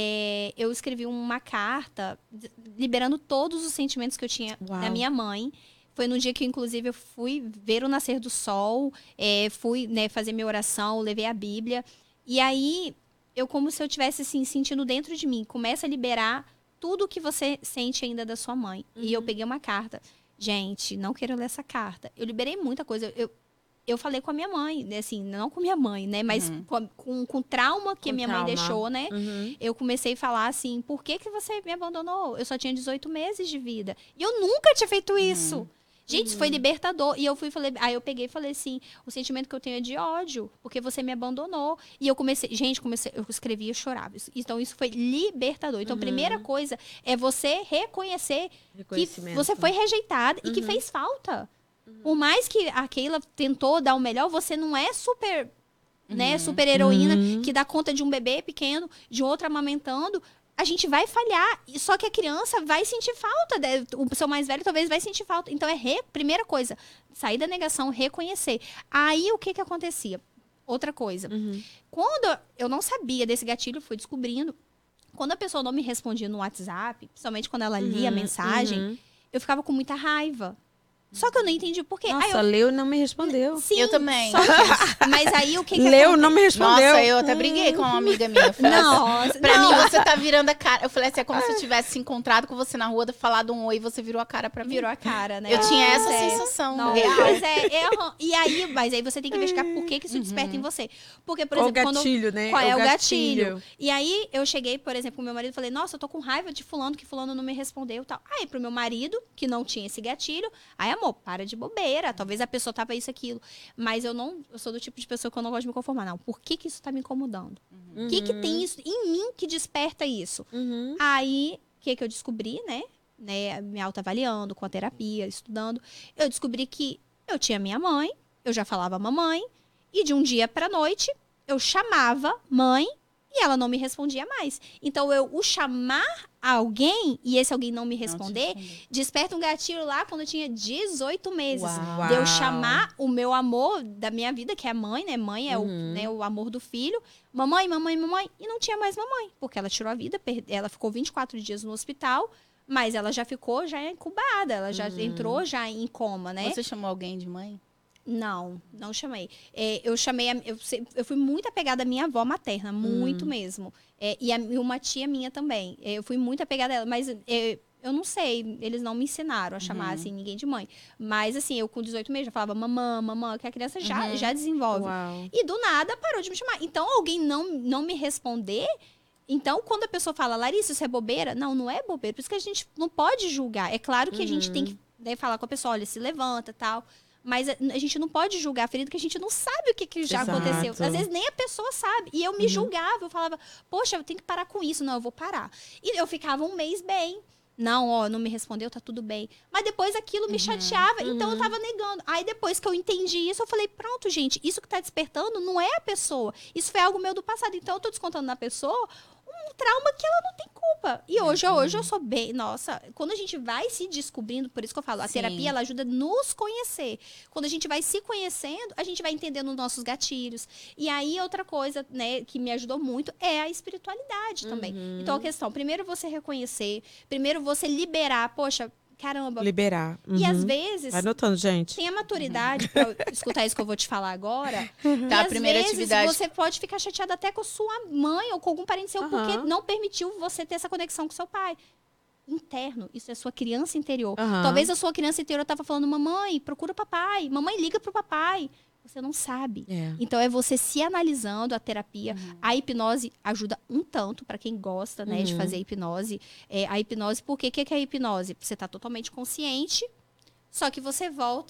é, eu escrevi uma carta liberando todos os sentimentos que eu tinha Uau. da minha mãe. Foi no dia que, inclusive, eu fui ver o nascer do sol, é, fui né, fazer minha oração, levei a Bíblia. E aí, eu como se eu estivesse assim, sentindo dentro de mim. Começa a liberar tudo que você sente ainda da sua mãe. Uhum. E eu peguei uma carta. Gente, não quero ler essa carta. Eu liberei muita coisa. Eu, eu falei com a minha mãe, né? Assim, não com minha mãe, né? Mas uhum. com, com, com trauma que com a minha trauma. mãe deixou, né? Uhum. Eu comecei a falar assim, por que, que você me abandonou? Eu só tinha dezoito meses de vida. E eu nunca tinha feito uhum. isso. Gente, isso foi libertador. E eu fui falei, aí eu peguei e falei assim, o sentimento que eu tenho é de ódio, porque você me abandonou. E eu comecei, gente, comecei, eu escrevia e chorava. Então isso foi libertador. Então, uhum. a primeira coisa é você reconhecer que você foi rejeitada uhum. e que fez falta. Uhum. Por mais que a Keila tentou dar o melhor, você não é super, uhum. né, super heroína uhum. que dá conta de um bebê pequeno, de outro amamentando. A gente vai falhar, só que a criança vai sentir falta, o seu mais velho talvez vai sentir falta. Então, é re... primeira coisa, sair da negação, reconhecer. Aí, o que que acontecia? Outra coisa. Uhum. Quando eu não sabia desse gatilho, fui descobrindo, quando a pessoa não me respondia no WhatsApp, principalmente quando ela lia uhum, a mensagem, uhum. eu ficava com muita raiva. Só que eu não entendi por quê. Nossa, eu... leu e não me respondeu. Sim, eu também. Só que... Mas aí o que que Leu e não me respondeu. Nossa, eu até briguei com uma amiga minha. Nossa, assim, pra não. mim você tá virando a cara. Eu falei assim, é como se eu tivesse se encontrado com você na rua, falado um oi e você virou a cara pra mim. Virou a cara, né? Eu tinha essa é. sensação. Não, mas é, é, E aí, mas aí você tem que investigar por que, que isso desperta uhum. em você. Porque, por exemplo, o gatilho, quando... né? Qual é o o gatilho. gatilho? E aí, eu cheguei, por exemplo, com meu marido e falei, nossa, eu tô com raiva de fulano, que fulano não me respondeu e tal. Aí, pro meu marido, que não tinha esse gatilho, aí, amor, para de bobeira. Talvez a pessoa tava isso, aquilo. Mas eu não, eu sou do tipo de pessoa que eu não gosto de me conformar. Não, por que que isso tá me incomodando? O uhum. que que tem isso em mim que desperta isso? Uhum. Aí, o que que eu descobri, né? né? Me autoavaliando com a terapia, estudando. Eu descobri que eu tinha minha mãe, eu já falava mamãe, e de um dia pra noite, eu chamava mãe e ela não me respondia mais. Então, eu o chamar alguém, e esse alguém não me responder, não desperta um gatilho lá quando eu tinha dezoito meses. Uau. De eu chamar o meu amor da minha vida, que é a mãe, né? Mãe é uhum. o, né, o amor do filho. Mamãe, mamãe, mamãe. E não tinha mais mamãe, porque ela tirou a vida, ela ficou vinte e quatro dias no hospital, mas ela já ficou já incubada, ela já uhum. entrou já em coma, né? Você chamou alguém de mãe? Não, não chamei. É, eu chamei, a, eu, eu fui muito apegada à minha avó materna, muito hum. mesmo. É, e, a, e uma tia minha também. É, eu fui muito apegada a ela, mas é, eu não sei, eles não me ensinaram a chamar, uhum. assim, ninguém de mãe. Mas, assim, eu com dezoito meses já falava mamã, mamã, que a criança já, uhum. já desenvolve. Uau. E do nada parou de me chamar. Então, alguém não, não me responder... Então, quando a pessoa fala, Larissa, isso é bobeira? Não, não é bobeira. Por isso que a gente não pode julgar. É claro que uhum. a gente tem que né, falar com a pessoa, olha, se levanta e tal... Mas a gente não pode julgar a ferida, porque a gente não sabe o que, que já Exato. aconteceu. Às vezes nem a pessoa sabe. E eu me uhum. julgava, eu falava, poxa, eu tenho que parar com isso. Não, eu vou parar. E eu ficava um mês bem. Não, ó, não me respondeu, tá tudo bem. Mas depois aquilo me uhum. chateava, uhum. então eu tava negando. Aí depois que eu entendi isso, eu falei, pronto, gente, isso que tá despertando não é a pessoa. Isso foi algo meu do passado. Então eu tô descontando na pessoa um trauma que ela não tem culpa. E hoje, uhum. hoje eu sou bem... Nossa, quando a gente vai se descobrindo, por isso que eu falo, a Sim. terapia, ela ajuda a nos conhecer. Quando a gente vai se conhecendo, a gente vai entendendo os nossos gatilhos. E aí, outra coisa, né, que me ajudou muito é a espiritualidade uhum. também. Então, a questão, primeiro você reconhecer, primeiro você liberar, poxa... Caramba. Liberar. Uhum. E às vezes... Vai anotando, gente. Tem a maturidade uhum. pra escutar isso que eu vou te falar agora. Uhum. Tá, e a primeira às vezes atividade... você pode ficar chateada até com sua mãe ou com algum parente seu, uhum. porque não permitiu você ter essa conexão com seu pai. Interno, isso é sua criança interior. Uhum. Talvez a sua criança interior estava falando, mamãe, procura o papai. Mamãe, liga pro papai. Você não sabe. É. Então, é você se analisando a terapia. Uhum. A hipnose ajuda um tanto para quem gosta né, uhum. de fazer hipnose. É, a hipnose, por quê? O que é a hipnose? Você está totalmente consciente, só que você volta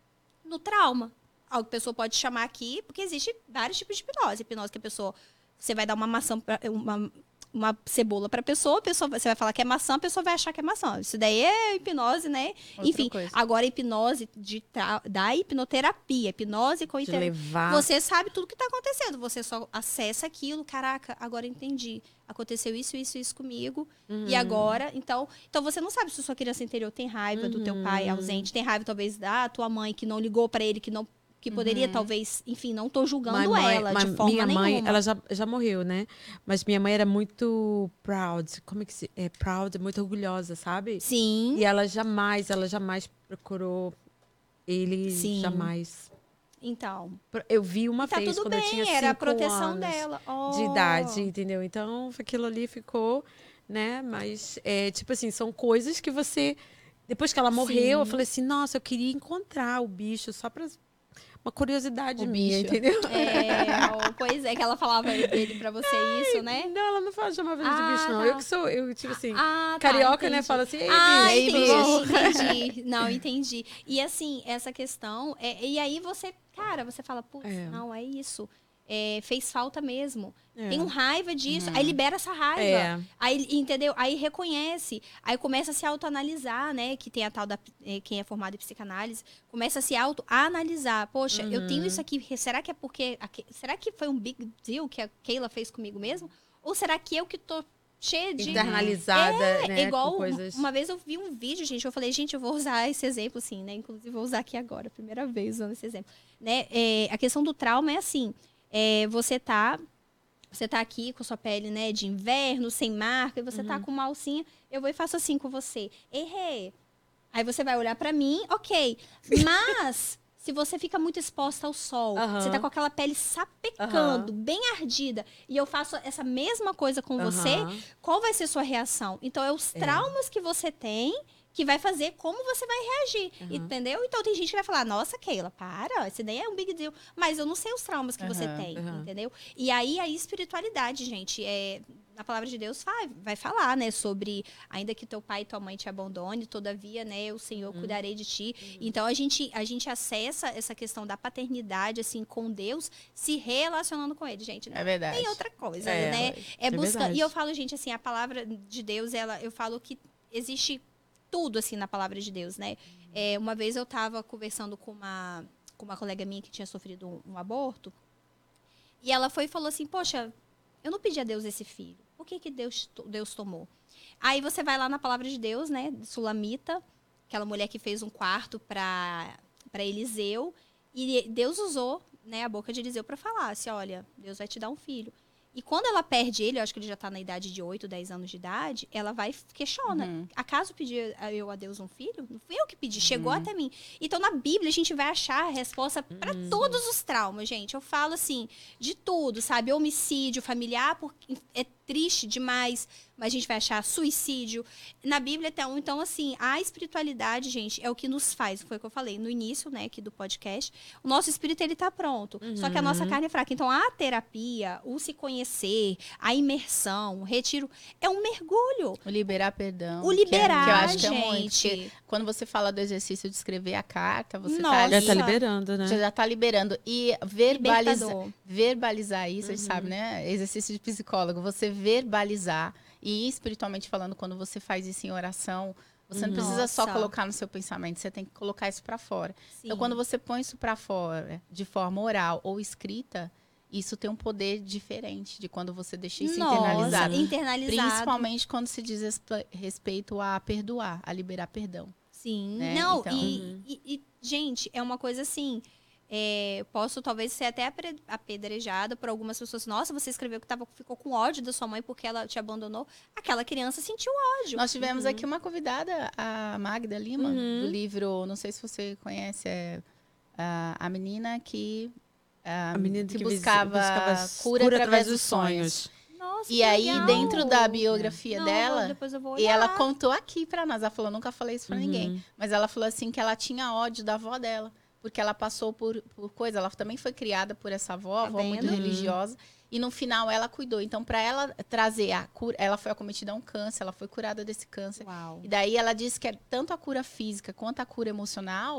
no trauma. A pessoa pode chamar aqui, porque existe vários tipos de hipnose. Hipnose que a pessoa... Você vai dar uma maçã... Pra, uma, uma cebola pra pessoa, a pessoa, você vai falar que é maçã, a pessoa vai achar que é maçã. Isso daí é hipnose, né? Outra Enfim, coisa. agora a hipnose de tra- da hipnoterapia, hipnose com De hipnoterapia. levar. Você sabe tudo que tá acontecendo, você só acessa aquilo, caraca, agora entendi. Aconteceu isso, isso, isso comigo. Uhum. E agora, então, então você não sabe se sua criança interior tem raiva do teu pai Uhum. ausente, tem raiva talvez da tua mãe que não ligou pra ele, que não que poderia talvez, enfim, não tô julgando Mas mãe- ela mas de forma minha nenhuma. mãe, ela já, já morreu, né? Mas minha mãe era muito proud. Como é que se... É proud, muito orgulhosa, sabe? Sim. E ela jamais, ela jamais procurou ele, Sim. jamais. Então, Eu vi uma e tá vez tudo quando eu tinha bem, era a cinco proteção anos dela. Oh. de idade, entendeu? Então, aquilo ali ficou, né? Mas, é, tipo assim, são coisas que você... Depois que ela morreu, eu Sim. falei assim, nossa, eu queria encontrar o bicho só pra... Uma curiosidade O minha, bicho. entendeu? É, oh, pois é, que ela falava dele pra você isso, né? Não, ela não fala, chamava ele de Ah, bicho, não. tá. Eu que sou, eu, tipo assim, Ah, tá, carioca, né? entendi. Fala assim, ei, Ah, bicho. Ei, entendi, bicho. entendi. Não, entendi. E assim, essa questão, é, e aí você, cara, você fala, putz, É. não, é isso. É, fez falta mesmo. É. Tenho raiva disso. Aí libera essa raiva. É. Aí, entendeu? Aí reconhece. Aí começa a se autoanalisar, né? Que tem a tal da... eh, Quem é formado em psicanálise. Começa a se autoanalisar. Poxa, eu tenho isso aqui. Será que é porque... aque- Será que foi um big deal que a Keila fez comigo mesmo? Ou será que eu que tô cheia de... Internalizada, É, né? é igual, com coisas... uma vez eu vi um vídeo, gente, eu falei, gente, eu vou usar esse exemplo, assim, né? Inclusive, vou usar aqui agora, primeira vez usando esse exemplo. Né? É, a questão do trauma é assim, é, você tá... Você tá aqui com sua pele, né, de inverno, sem marca, e você tá com uma alcinha, eu vou e faço assim com você. Errei. Aí você vai olhar pra mim, ok. Mas, se você fica muito exposta ao sol, Aham. você tá com aquela pele sapecando, bem ardida, e eu faço essa mesma coisa com você, Aham. qual vai ser sua reação? Então, é os traumas que você tem que vai fazer como você vai reagir, entendeu? Então, tem gente que vai falar, nossa, Keila, para, isso daí é um big deal. Mas eu não sei os traumas que você Aham, tem, aham. entendeu? E aí, a espiritualidade, gente, é... A palavra de Deus vai, vai falar, né, sobre ainda que teu pai e tua mãe te abandone, todavia, né, o Senhor cuidarei de ti. Então a gente a gente acessa essa questão da paternidade assim com Deus, se relacionando com ele, gente. Não É verdade. tem outra coisa, É, né? É é buscando. verdade. E eu falo, gente, assim, a palavra de Deus, ela eu falo que existe tudo assim na palavra de Deus, né? É, uma vez eu estava conversando com uma com uma colega minha que tinha sofrido um, um aborto, e ela foi e falou assim: "Poxa, eu não pedi a Deus esse filho. Por que que Deus, to- Deus tomou?" Aí você vai lá na palavra de Deus, né? de Sulamita, aquela mulher que fez um quarto para para Eliseu. E Deus usou, né, a boca de Eliseu para falar assim: olha, Deus vai te dar um filho. E quando ela perde ele, eu acho que ele já está na idade de oito, dez anos de idade, ela vai e questiona. Uhum. Acaso pedi eu a Deus um filho? Não fui eu que pedi, chegou até mim. Então, na Bíblia, a gente vai achar a resposta para todos os traumas, gente. Eu falo assim, de tudo, sabe? Homicídio familiar, porque é triste demais, mas a gente vai achar suicídio. Na Bíblia tem um, então, assim, a espiritualidade, gente, é o que nos faz, foi o que eu falei no início, né, aqui do podcast. O nosso espírito, ele tá pronto, só que a nossa carne é fraca. Então, a terapia, o se conhecer, a imersão, o retiro, é um mergulho. O liberar perdão. O que é- liberar, que eu acho que é muito. gente. Porque quando você fala do exercício de escrever a carta, você Nossa. tá Já ali, tá liberando, né? você já tá liberando. E verbaliza, Libertador. verbalizar isso, a gente sabe, né? Exercício de psicólogo. Você verbalizar. E espiritualmente falando, quando você faz isso em oração, você não precisa só Nossa. colocar no seu pensamento, você tem que colocar isso para fora. Então, Sim. quando você põe isso para fora, de forma oral ou escrita, isso tem um poder diferente de quando você deixa isso Nossa, internalizado. internalizado. Principalmente quando se diz respe- respeito a perdoar, a liberar perdão. Sim. né? Não, Então- e, e- e, gente, é uma coisa assim. É, posso talvez ser até apre- apedrejada por algumas pessoas. Nossa, você escreveu que tava, ficou com ódio da sua mãe porque ela te abandonou. Aquela criança sentiu ódio. Nós tivemos aqui uma convidada, a Magda Lima, do livro, não sei se você conhece, é a, a menina que, ah, A menina que, que buscava, buscava cura, através dos sonhos. Nossa, E que aí, legal. dentro da biografia Não, dela, vou- depois eu vou e olhar. ela contou aqui pra nós, ela falou, nunca falei isso pra Uhum. ninguém, mas ela falou assim que ela tinha ódio da avó dela, porque ela passou por, por coisa, ela também foi criada por essa avó, Tá avó muito vendo? religiosa, e no final ela cuidou. Então, pra ela trazer a cura, ela foi acometida a um câncer, ela foi curada desse câncer. Uau. E daí ela disse que é tanto a cura física quanto a cura emocional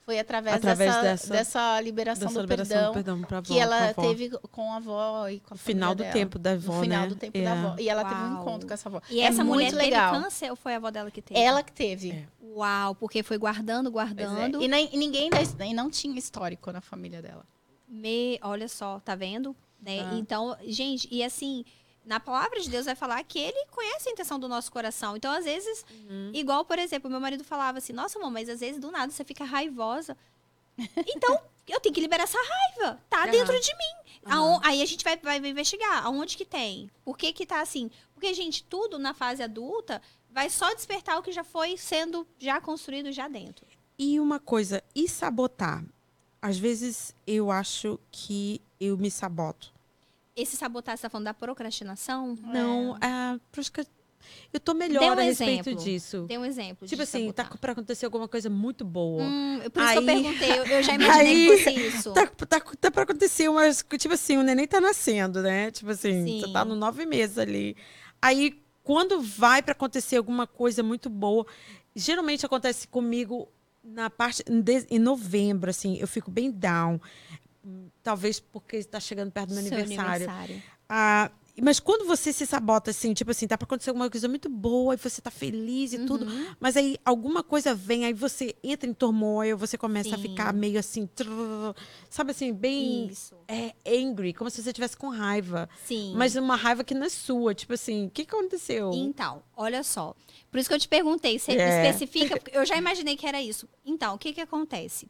Foi através, Através dessa, dessa- dessa liberação dessa do liberação perdão do perdão pra avó, que ela pra avó. teve com a avó e com a No final família do dela. tempo da avó, No final né? do tempo É. da avó. E ela teve um Uau. encontro com essa avó. E É essa mulher muito teve legal. câncer ou foi a avó dela que teve? Ela que teve. É. Uau, porque foi guardando, Pois é. guardando. E, nem, e ninguém da- e não tinha histórico na família dela. Me, olha só, tá vendo? Né? Ah. Então, gente, e assim, na palavra de Deus vai falar que ele conhece a intenção do nosso coração. Então, às vezes, Uhum. igual, por exemplo, meu marido falava assim, nossa, amor, mas às vezes do nada você fica raivosa. Então, eu tenho que liberar essa raiva. Tá Aham. dentro de mim. Aham. Aon- Aí a gente vai, vai investigar aonde que tem. Por que que tá assim? Porque, gente, tudo na fase adulta vai só despertar o que já foi sendo já construído já dentro. E uma coisa, e sabotar? Às vezes eu acho que eu me saboto. Esse sabotar, você tá falando da procrastinação? Não, ah, acho que eu tô melhor Dê um a respeito exemplo. disso. Tem um exemplo. Tipo de assim, tá sabotar. pra acontecer alguma coisa muito boa. Hum, por isso que eu Aí- perguntei. Eu, eu já imaginei Aí- que fosse isso. Tá, tá, tá pra acontecer umas. Tipo assim, o neném tá nascendo, né? Tipo assim, Sim. você tá no nove meses ali. Aí, quando vai pra acontecer alguma coisa muito boa, geralmente acontece comigo na parte. Em, de- em novembro, assim, eu fico bem down. Hum, Talvez porque tá chegando perto do meu Seu aniversário. aniversário. Ah, mas quando você se sabota, assim, tipo assim, tá pra acontecer alguma coisa muito boa e você tá feliz e tudo, Uhum. mas aí alguma coisa vem, aí você entra em turmoil, você começa a Sim. ficar meio assim, trrr, sabe assim, bem Isso. é, angry, como se você estivesse com raiva. Sim. Mas uma raiva que não é sua, tipo assim, o que que aconteceu? Então, olha só. Por isso que eu te perguntei, você É. especifica, porque eu já imaginei que era isso. Então, o que que acontece?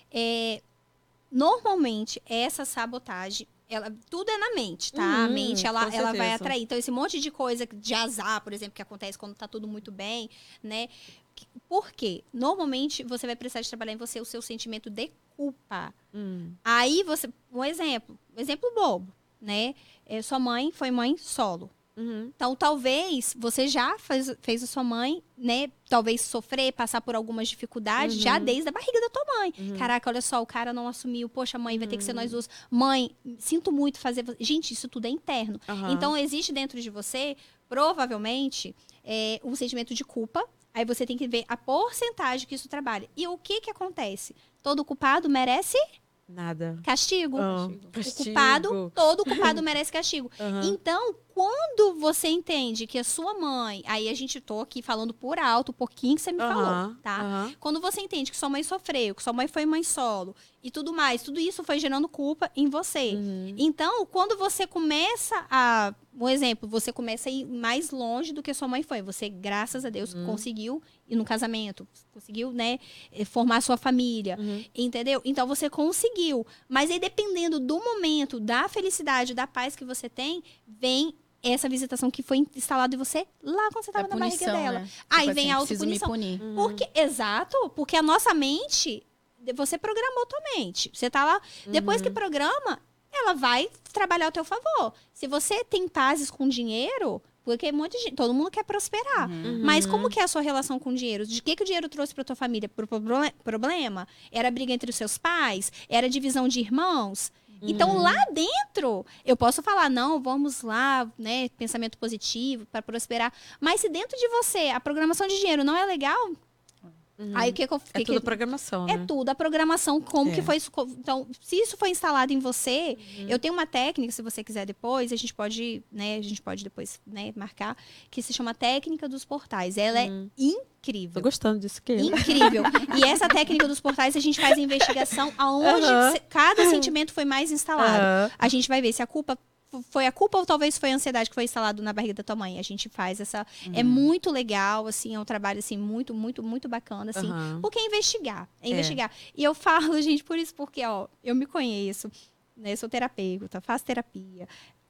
É, normalmente, essa sabotagem, ela, tudo é na mente, tá? a Uhum, mente, ela, com ela vai certeza. atrair. Então, esse monte de coisa de azar, por exemplo, que acontece quando tá tudo muito bem, né? Que- Por quê? Normalmente, você vai precisar de trabalhar em você o seu sentimento de culpa. Hum, Aí, você... Um exemplo. Um exemplo bobo, né? É, sua mãe foi mãe solo. uhum, Então, talvez você já fez, fez a sua mãe, né? Talvez sofrer, passar por algumas dificuldades Uhum. já desde a barriga da tua mãe. uhum. Caraca, olha só, o cara não assumiu. Poxa, mãe, vai ter que ser nós duas. Mãe, sinto muito fazer. vo-" Gente, isso tudo é interno. Aham. Então, existe dentro de você, provavelmente, é, um sentimento de culpa. Aí você tem que ver a porcentagem que isso trabalha. E o que que acontece? Todo culpado merece Nada. castigo. Ah, O castigo. culpado, todo culpado merece castigo. Aham. Então, quando você entende que a sua mãe, aí a gente tô aqui falando por alto, um pouquinho que você me falou, Aham, tá? aham. Quando você entende que sua mãe sofreu, que sua mãe foi mãe solo e tudo mais, tudo isso foi gerando culpa em você. Uhum. Então, quando você começa a, um exemplo, você começa a ir mais longe do que sua mãe foi. Você, graças a Deus, Uhum. conseguiu ir no casamento, conseguiu, né, eh, formar sua família, Uhum. entendeu? Então você conseguiu. Mas aí, dependendo do momento, da felicidade, da paz que você tem, vem essa visitação que foi instalada em você lá quando você É estava na barriga punição, dela. né? Aí Tipo vem assim, a preciso me autopunição. punir. Uhum. Porque, exato, porque a nossa mente, você programou tua mente. Você tá lá, depois Uhum. que programa, ela vai trabalhar ao teu favor. Se você tem pazes com dinheiro, porque um monte de gente, todo mundo quer prosperar. Uhum. Mas como que é a sua relação com o dinheiro? De que, que o dinheiro trouxe para tua família? Pro proble- problema? Era briga entre os seus pais? Era divisão de irmãos? Então, Uhum. lá dentro, eu posso falar, não, vamos lá, né, pensamento positivo para prosperar. Mas se dentro de você a programação de dinheiro não é legal, Uhum. aí o que, que eu É que tudo que- programação, é né? tudo, a programação, como É. que foi isso. co- Então, se isso foi instalado em você, Uhum. eu tenho uma técnica, se você quiser depois, a gente pode, né, a gente pode depois, né, marcar, que se chama técnica dos portais. Ela Uhum. é incrível. Tô gostando disso que Incrível. E essa técnica dos portais, a gente faz a investigação aonde Aham. se- cada sentimento foi mais instalado. Aham. A gente vai ver se a culpa f- foi a culpa ou talvez foi a ansiedade que foi instalado na barriga da tua mãe. A gente faz essa... É muito legal, assim, é um trabalho, assim, muito, muito, muito bacana, assim. Aham. Porque é investigar, é investigar. E eu falo, gente, por isso, porque, ó, eu me conheço, né, sou terapeuta, faço terapia.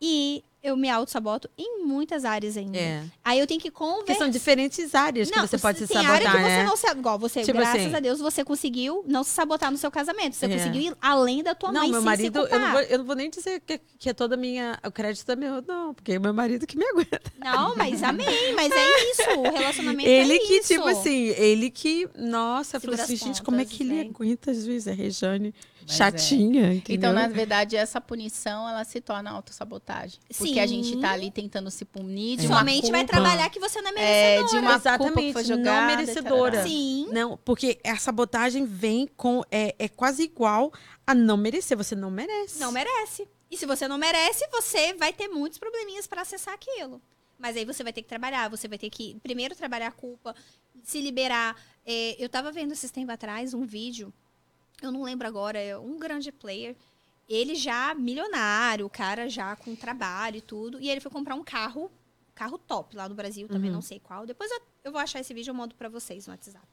E eu me auto-saboto em muitas áreas ainda. É. Aí eu tenho que Porque conversar. são diferentes áreas que você pode se tem sabotar, área que você né? não se... Igual você, Tipo graças assim- a Deus, você conseguiu não se sabotar no seu casamento. Você É. conseguiu ir além da tua Não, mãe meu sem marido, se eu não, culpar. vou, eu não vou nem dizer que, que é toda a minha. O crédito é meu, não, porque é meu marido que me aguenta. Não, mas amém. Mas é isso. O relacionamento Ele é que, isso. tipo assim, ele que. Nossa, eu falei Segura assim, as gente, como é pontas, que ele né? aguenta às vezes? A Rejane Mas chatinha, entendeu? Então, na verdade, essa punição, ela se torna autossabotagem. Porque porque a gente Sim. tá ali tentando se punir de É. uma Sua mente vai culpa. trabalhar que você não é É, merecedora. de uma culpa que Exatamente, foi não jogada. merecedora. tarará. Sim. Não, porque a sabotagem vem com... É, é quase igual a não merecer. Você não merece. Não merece. E se você não merece, você vai ter muitos probleminhas para acessar aquilo. Mas aí você vai ter que trabalhar, você vai ter que primeiro trabalhar a culpa, se liberar. É, eu tava vendo esses tempos atrás um vídeo, eu não lembro agora, é um grande player. Ele já milionário, o cara já com trabalho e tudo. E ele foi comprar um carro, carro top lá no Brasil, também Uhum. não sei qual. Depois eu, eu vou achar esse vídeo e eu mando pra vocês no WhatsApp.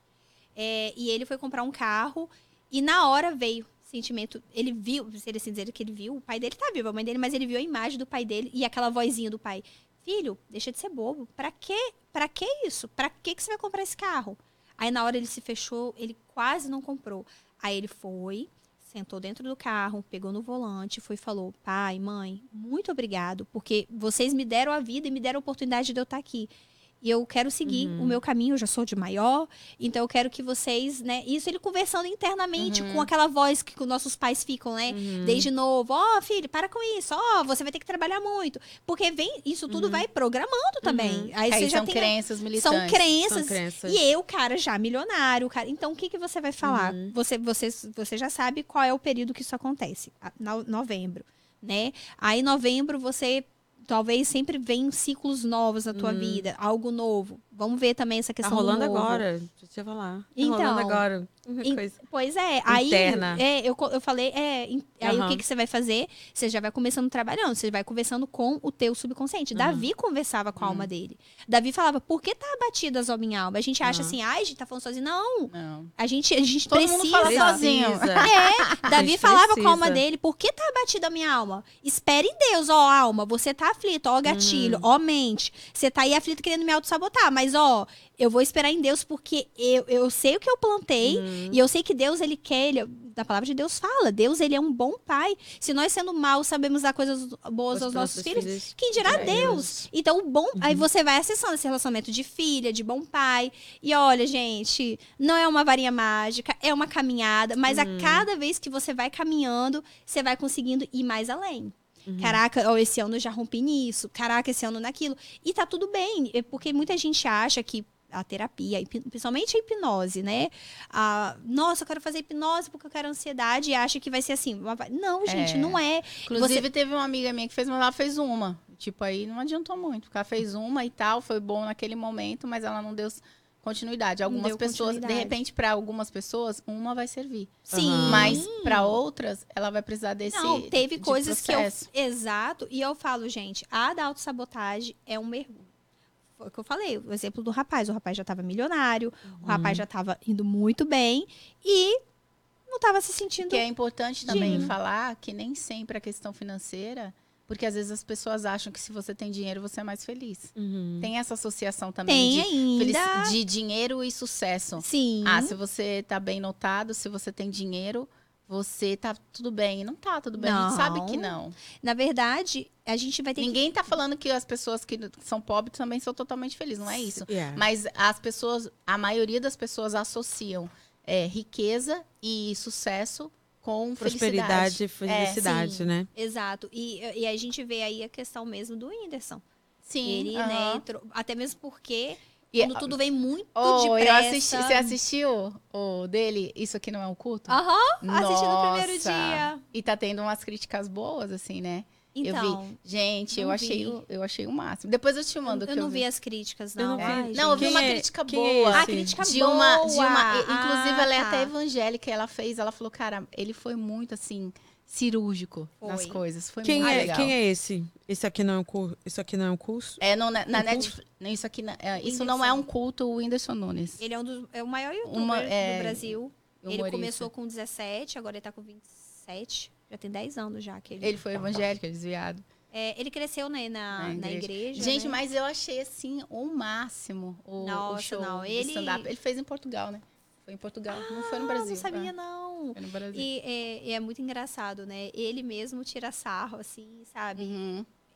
É, e ele foi comprar um carro e na hora veio sentimento. Ele viu, se ele assim dizer que ele viu, o pai dele tá vivo, a mãe dele, mas ele viu a imagem do pai dele e aquela vozinha do pai. Filho, deixa de ser bobo. Pra quê? Pra que isso? Pra que que você vai comprar esse carro? Aí na hora ele se fechou, ele quase não comprou. Aí ele foi, sentou dentro do carro, pegou no volante, foi e falou: pai, mãe, muito obrigado, porque vocês me deram a vida e me deram a oportunidade de eu estar aqui. E eu quero seguir Uhum. o meu caminho, eu já sou de maior, então eu quero que vocês, né? Isso ele conversando internamente Uhum. com aquela voz que, que os nossos pais ficam, né? Uhum. Desde novo, ó, oh, filho, para com isso, ó, oh, você vai ter que trabalhar muito. Porque vem, isso tudo Uhum. vai programando também. Uhum. Aí Aí você já são tem. crenças São militantes. crenças. São crenças. E eu, cara, já milionário, cara. Então, o que, que você vai falar? Uhum. Você, você, você já sabe qual é o período que isso acontece. a- no- Novembro, né? Aí, em novembro, você talvez sempre venham ciclos novos na tua Uhum. vida, algo novo. Vamos ver também essa Tá questão rolando do novo. agora. Deixa eu falar. Tá Então, rolando agora. Uma em- coisa. Pois é, aí Interna. é, eu, co- eu falei, é, em- aí o Aham. que, que você vai fazer? Você já vai começando trabalhando, você vai conversando com o teu subconsciente. Aham. Davi conversava com a alma dele. Davi falava, por que tá abatida a sua minha alma? A gente acha Aham. assim, ai, a gente tá falando sozinho. Não, Não. a gente, a gente Todo precisa... mundo fala Precisa. sozinho. É, Davi gente falava com a alma precisa. dele, por que tá abatida a minha alma? Espere em Deus, ó alma, você tá aflito, ó gatilho, ó mente. Você tá aí aflito querendo me auto-sabotar, mas ó, eu vou esperar em Deus porque eu, eu sei o que eu plantei Uhum. e eu sei que Deus, ele quer, ele, da palavra de Deus fala, Deus, ele é um bom pai. Se nós sendo maus sabemos dar coisas boas Os aos nossos nossos filhos, filhos. quem dirá dirá Deus? Então, o bom, aí você vai acessando esse relacionamento de filha, de bom pai. E olha, gente, não é uma varinha mágica, é uma caminhada, mas a cada vez que você vai caminhando, você vai conseguindo ir mais além. Caraca, ó, esse ano eu já rompi nisso. Caraca, esse ano naquilo. E tá tudo bem, é porque muita gente acha que a terapia, a hip- principalmente a hipnose, né? Ah, nossa, eu quero fazer hipnose porque eu quero ansiedade e acha que vai ser assim. uma va- Não, gente, É. não é. Inclusive, teve uma amiga minha que fez, mas ela fez uma. Tipo, aí não adiantou muito. Porque ela fez uma e tal, foi bom naquele momento, mas ela não deu continuidade. Algumas deu pessoas, continuidade. de repente, para algumas pessoas, uma vai servir. Sim. Aham. Mas para outras, ela vai precisar desse Não, teve de coisas processo. que eu. Exato. E eu falo, gente, a da autossabotagem é um mergulho. Foi o que eu falei, o exemplo do rapaz. O rapaz já estava milionário, o rapaz já estava indo muito bem e não estava se sentindo. Que é importante também Digno. falar que nem sempre a questão financeira, porque às vezes as pessoas acham que se você tem dinheiro, você é mais feliz. Uhum. Tem essa associação também Tem de, ainda. felici- de dinheiro e sucesso. Sim. Ah, se você tá bem notado, se você tem dinheiro, você tá tudo bem. Não tá tudo bem, a gente sabe que não. Na verdade, a gente vai ter Ninguém tá falando que as pessoas que são pobres também são totalmente felizes, não é isso. Yeah. Mas as pessoas, a maioria das pessoas associam é, riqueza e sucesso com Prosperidade e felicidade. felicidade, sim. né? que. Exato. E, e a gente vê aí a questão mesmo do Whindersson. Sim, Ele, aham. né, tro- até mesmo porque E- quando tudo vem muito Oh, eu depressa. assisti, você assistiu o dele? Isso aqui não é um culto? Aham, assisti no Nossa. primeiro dia. E tá tendo umas críticas boas, assim, né? Então, eu vi. Gente, eu não achei, vi. o- eu achei o máximo. Depois eu te eu, mando o eu que não eu vi vi. as críticas, Eu não. não vi. Ai, Não, eu vi Quem uma é- crítica quem é boa. esse? Ah, crítica de uma, boa. de uma, e- inclusive Ah, ela é tá. até evangélica, ela fez, ela falou, cara, ele foi muito assim cirúrgico Foi. nas coisas, foi Quem muito é, legal. quem é esse? Esse aqui não é um curso? Isso aqui não é um curso? É no, na na Um Netflix, isso aqui, na- é, isso não é um culto, o Whindersson Nunes. Ele é um dos, é o maior youtuber Uma- é, do Brasil. Ele humorista. começou com dezessete, agora ele tá com vinte e sete. Já tem dez anos já que ele. Ele foi evangélico, ele desviado. É, ele cresceu, né, na, Na na igreja. igreja. Gente, né? mas eu achei assim o máximo o, o Nossa, show não, do ele- stand-up. Ele fez em Portugal, né? Foi em Portugal, não foi no Ah, Brasil. não sabia, é. não. Foi no Brasil. E é, e é muito engraçado, né? Ele mesmo tira sarro, assim, sabe? Uhum.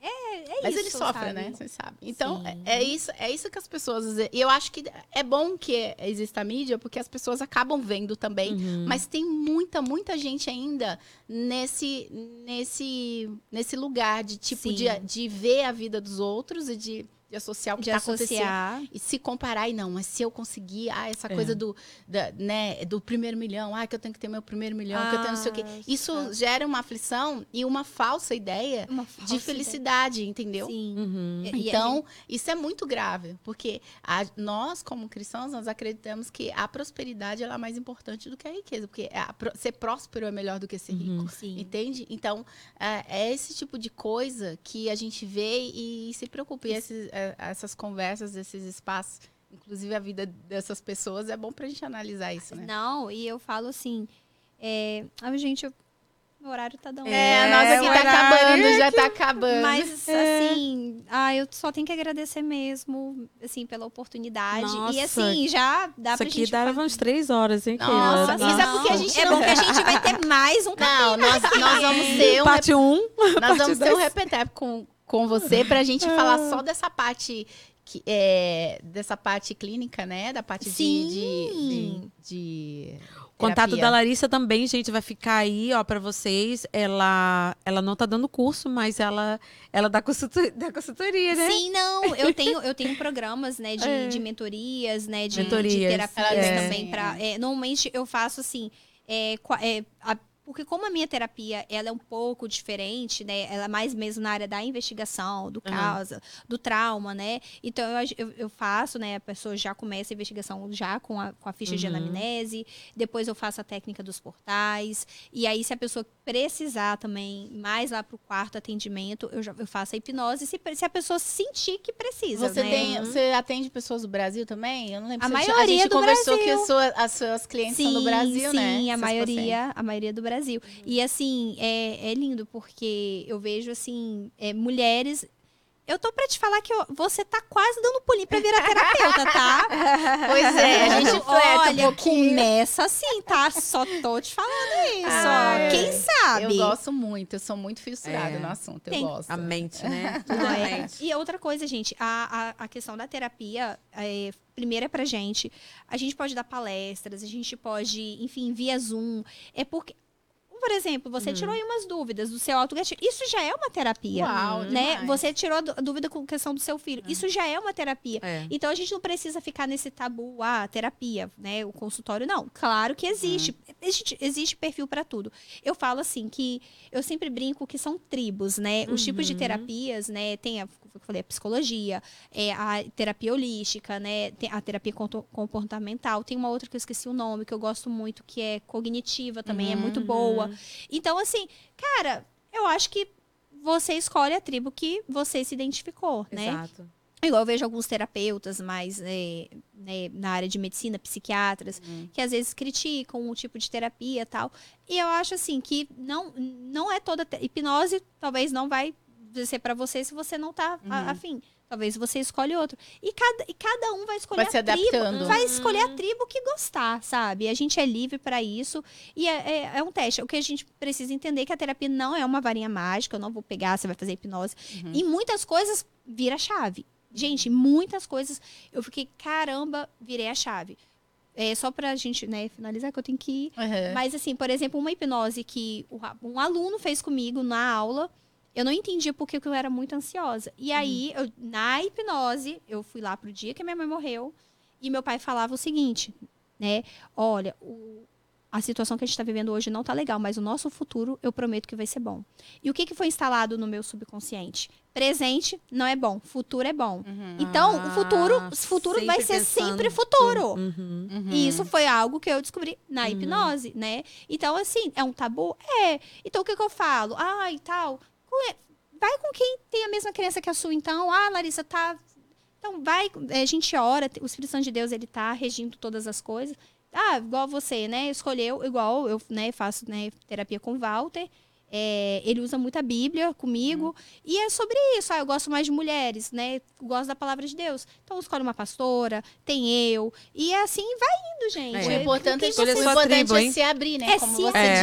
É, é Mas isso, ele sofre, sabe? né? Você sabe. Então, Sim. é, é isso, é isso que as pessoas... E eu acho que é bom que exista a mídia, porque as pessoas acabam vendo também. Uhum. Mas tem muita, muita gente ainda nesse, nesse, nesse lugar de, tipo, Sim. de, de ver a vida dos outros e de... de associar o que De está acontecendo associar. e se comparar e não, mas se eu conseguir, ah, essa É. coisa do, da, né, do primeiro milhão, ah, que eu tenho que ter meu primeiro milhão, que eu tenho não sei o quê. Ah, Isso tá. gera uma aflição e uma falsa ideia Uma de falsa felicidade, ideia. entendeu? Sim. Uhum. E- e a Então, isso é muito grave, porque a- nós, como cristãos, nós acreditamos que a prosperidade ela é mais importante do que a riqueza, porque a pro- ser próspero é melhor do que ser rico. Uhum. Sim. Entende? Então, é, é esse tipo de coisa que a gente vê e se preocupa. E esses, é, essas conversas, esses espaços, inclusive a vida dessas pessoas, é bom pra gente analisar isso, né? Não, e eu falo assim, é... ah, gente, eu- meu horário tá dando. É, a nossa aqui o tá horário acabando, já tá acabando. Mas, assim, ah, eu só tenho que agradecer mesmo, assim, pela oportunidade. Nossa. E, assim, já dá Isso pra aqui gente... dava fazer- uns três horas, hein, Nossa, Keila? isso é porque a gente É não- bom que a gente vai ter mais um Não, nós, nós vamos ter um, Parte um. nós vamos ter um dois. repeteco com, com você pra gente falar só dessa parte... Que, é, dessa parte clínica, né? Da parte de, Sim. de, de, de O contato terapia. da Larissa também, gente, vai ficar aí, ó, pra vocês. Ela, ela não tá dando curso, mas ela, ela dá, consultoria, dá consultoria, né? Sim, não, eu tenho, eu tenho programas, né, de, É. de mentorias, né, de, Mentorias. de terapias Ela tem, também. é. Pra, é, normalmente eu faço assim, é, qua- é, a- porque como a minha terapia ela é um pouco diferente, né, ela é mais mesmo na área da investigação, do Aham. caso, do trauma, né, então eu, ag- eu, eu faço, né, a pessoa já começa a investigação já com a, com a ficha de Uhum. anamnese, depois eu faço a técnica dos portais, e aí se a pessoa precisar também mais lá pro quarto atendimento, eu, já, eu faço a hipnose se, se a pessoa sentir que precisa, Você, né? tem, você atende pessoas do Brasil também? Eu não lembro A se eu tinha- maioria a gente do conversou Brasil. que a sua- as suas clientes são do Brasil, sim, né? Sim, a Seus maioria, a maioria do Brasil. E assim, é, é lindo, porque eu vejo assim, é, mulheres. Eu tô pra te falar que eu- você tá quase dando pulinho pra virar terapeuta, tá? Pois é, a gente fleta Olha, um pouquinho. começa assim, tá? Só tô te falando isso. Ai, ó. Quem sabe? Eu gosto muito, eu sou muito fissurada É. no assunto, eu Tem- gosto. A mente, né? Tudo Não a é? mente. E outra coisa, gente, a, a, a questão da terapia, é, primeiro é pra gente. A gente pode dar palestras, a gente pode, enfim, via Zoom. É porque, por exemplo, você Uhum. tirou aí umas dúvidas do seu autogatilho. Isso já é uma terapia. Uau, Né? demais. Você tirou a dú- dúvida com questão do seu filho. Isso já é uma terapia. É. Então a gente não precisa ficar nesse tabu, ah, terapia, né? O consultório, não. Claro que existe. Existe, existe perfil para tudo. Eu falo assim que eu sempre brinco que são tribos, né? Os tipos de Uhum. terapias, né? Tem a, como eu falei, a psicologia, é, a terapia holística, né? Tem a terapia conto- comportamental. Tem uma outra que eu esqueci o nome, que eu gosto muito, que é cognitiva também, é muito Uhum. boa. Então, assim, cara, eu acho que você escolhe a tribo que você se identificou, né? Exato. Igual eu vejo alguns terapeutas mais é, né, na área de medicina, psiquiatras, Uhum. que às vezes criticam o tipo de terapia e tal. E eu acho assim que não, não é toda te- hipnose, talvez não vai ser pra você se você não tá a- Uhum. afim. Talvez você escolhe outro. E cada, e cada um vai escolher Vai se a tribo, adaptando. vai escolher a tribo que gostar, sabe? A gente é livre pra isso. E é, é- é um teste. O que a gente precisa entender é que a terapia não é uma varinha mágica. Eu não vou pegar, você vai fazer hipnose. Uhum. E muitas coisas vira chave. Gente, muitas coisas. Eu fiquei, caramba, virei a chave. É só pra gente, né, finalizar, que eu tenho que ir. Uhum. Mas, assim, por exemplo, uma hipnose que o ra- um aluno fez comigo na aula, eu não entendia porque que eu era muito ansiosa. E aí, eu- na hipnose, eu fui lá pro dia que minha mãe morreu, e meu pai falava o seguinte, né? Olha, o- a situação que a gente está vivendo hoje não tá legal, mas o nosso futuro, eu prometo que vai ser bom. E o que, que foi instalado no meu subconsciente? Presente não é bom, futuro é bom. Uhum. Então, o futuro, Ah, o futuro vai sempre ser sempre pensando. futuro. Uhum. Uhum. E isso foi algo que eu descobri na Uhum. hipnose, né? Então, assim, é um tabu? É. Então, o que, que eu falo? Ah, e tal. Com e- Vai com quem tem a mesma crença que a sua, então. Ah, Larissa, tá... Então, vai... A gente ora, o Espírito Santo de Deus, ele tá regindo todas as coisas. Ah, igual você, né? Escolheu, igual eu né, faço né, terapia com o Walter. É, ele usa muito a Bíblia comigo. E é sobre isso. Ah, eu gosto mais de mulheres, né? Gosto da palavra de Deus. Então, escolhe uma pastora, tem eu. E é assim vai indo, gente. É. O É, importante, quem é, Escolha o sua importante tribo, é hein? se abrir, né? É Como se você É, disse.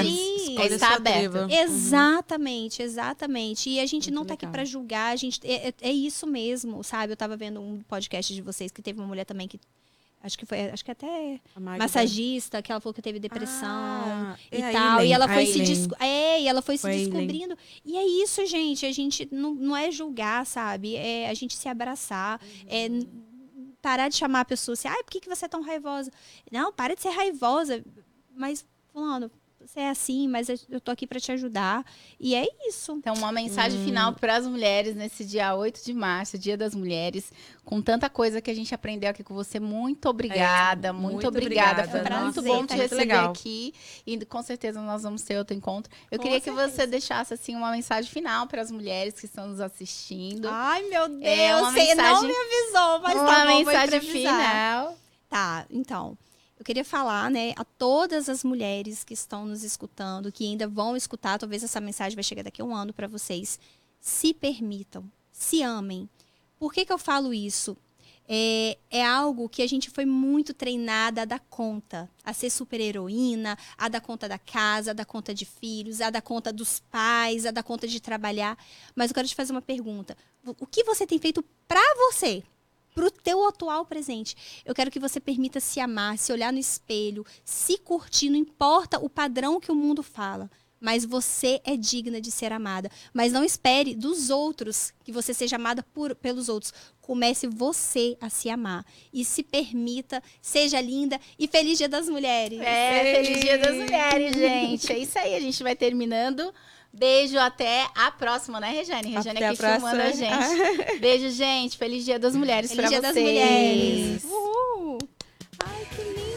Escolha Está sua aberto. tribo. Exatamente, exatamente. E a gente Muito não tá aqui legal. pra julgar, a gente é, é- é isso mesmo, sabe? Eu tava vendo um podcast de vocês que teve uma mulher também que acho que foi, acho que até A Magda. massagista, que ela falou que teve depressão Ah, e é a tal, Ellen, e ela a foi se Ellen. desco- é, e ela foi se Foi a Ellen. descobrindo. E é isso, gente, a gente não, não é julgar, sabe? É a gente se abraçar, é n- parar de chamar a pessoa assim, ai, por que, que você é tão raivosa? Não, para de ser raivosa. Mas, fulano, você é assim, mas eu tô aqui pra te ajudar. E é isso. Então, uma mensagem final para as mulheres nesse dia oito de março, Dia das Mulheres, com tanta coisa que a gente aprendeu aqui com você. Muito obrigada, É, muito, muito obrigada. obrigada. Foi Nossa, muito bom te muito receber legal. aqui e com certeza nós vamos ter outro encontro. Eu Com queria que certeza. você deixasse assim uma mensagem final para as mulheres que estão nos assistindo. Ai, meu Deus, É uma você não mensagem- me avisou, mas uma tá bom, vou mensagem improvisar. final. Tá, então, eu queria falar, né, a todas as mulheres que estão nos escutando, que ainda vão escutar, talvez essa mensagem vai chegar daqui a um ano para vocês. Se permitam, se amem. Por que que eu falo isso? É, é algo que a gente foi muito treinada a dar conta, a ser super-heroína, a dar conta da casa, a dar conta de filhos, a dar conta dos pais, a dar conta de trabalhar. Mas eu quero te fazer uma pergunta. O que você tem feito pra você? Pro teu atual presente. Eu quero que você permita se amar, se olhar no espelho, se curtir, não importa o padrão que o mundo fala. Mas você é digna de ser amada. Mas não espere dos outros que você seja amada por, pelos outros. Comece você a se amar. E se permita, seja linda e feliz Dia das Mulheres. É, feliz Dia das Mulheres, gente. É isso aí, a gente vai terminando. Beijo, até a próxima, né, Regiane? Regiane Até a aqui filmando a próxima. gente. Beijo, gente. Feliz Dia das Mulheres Feliz pra Dia vocês. das Mulheres. Uhul. Ai, que lindo.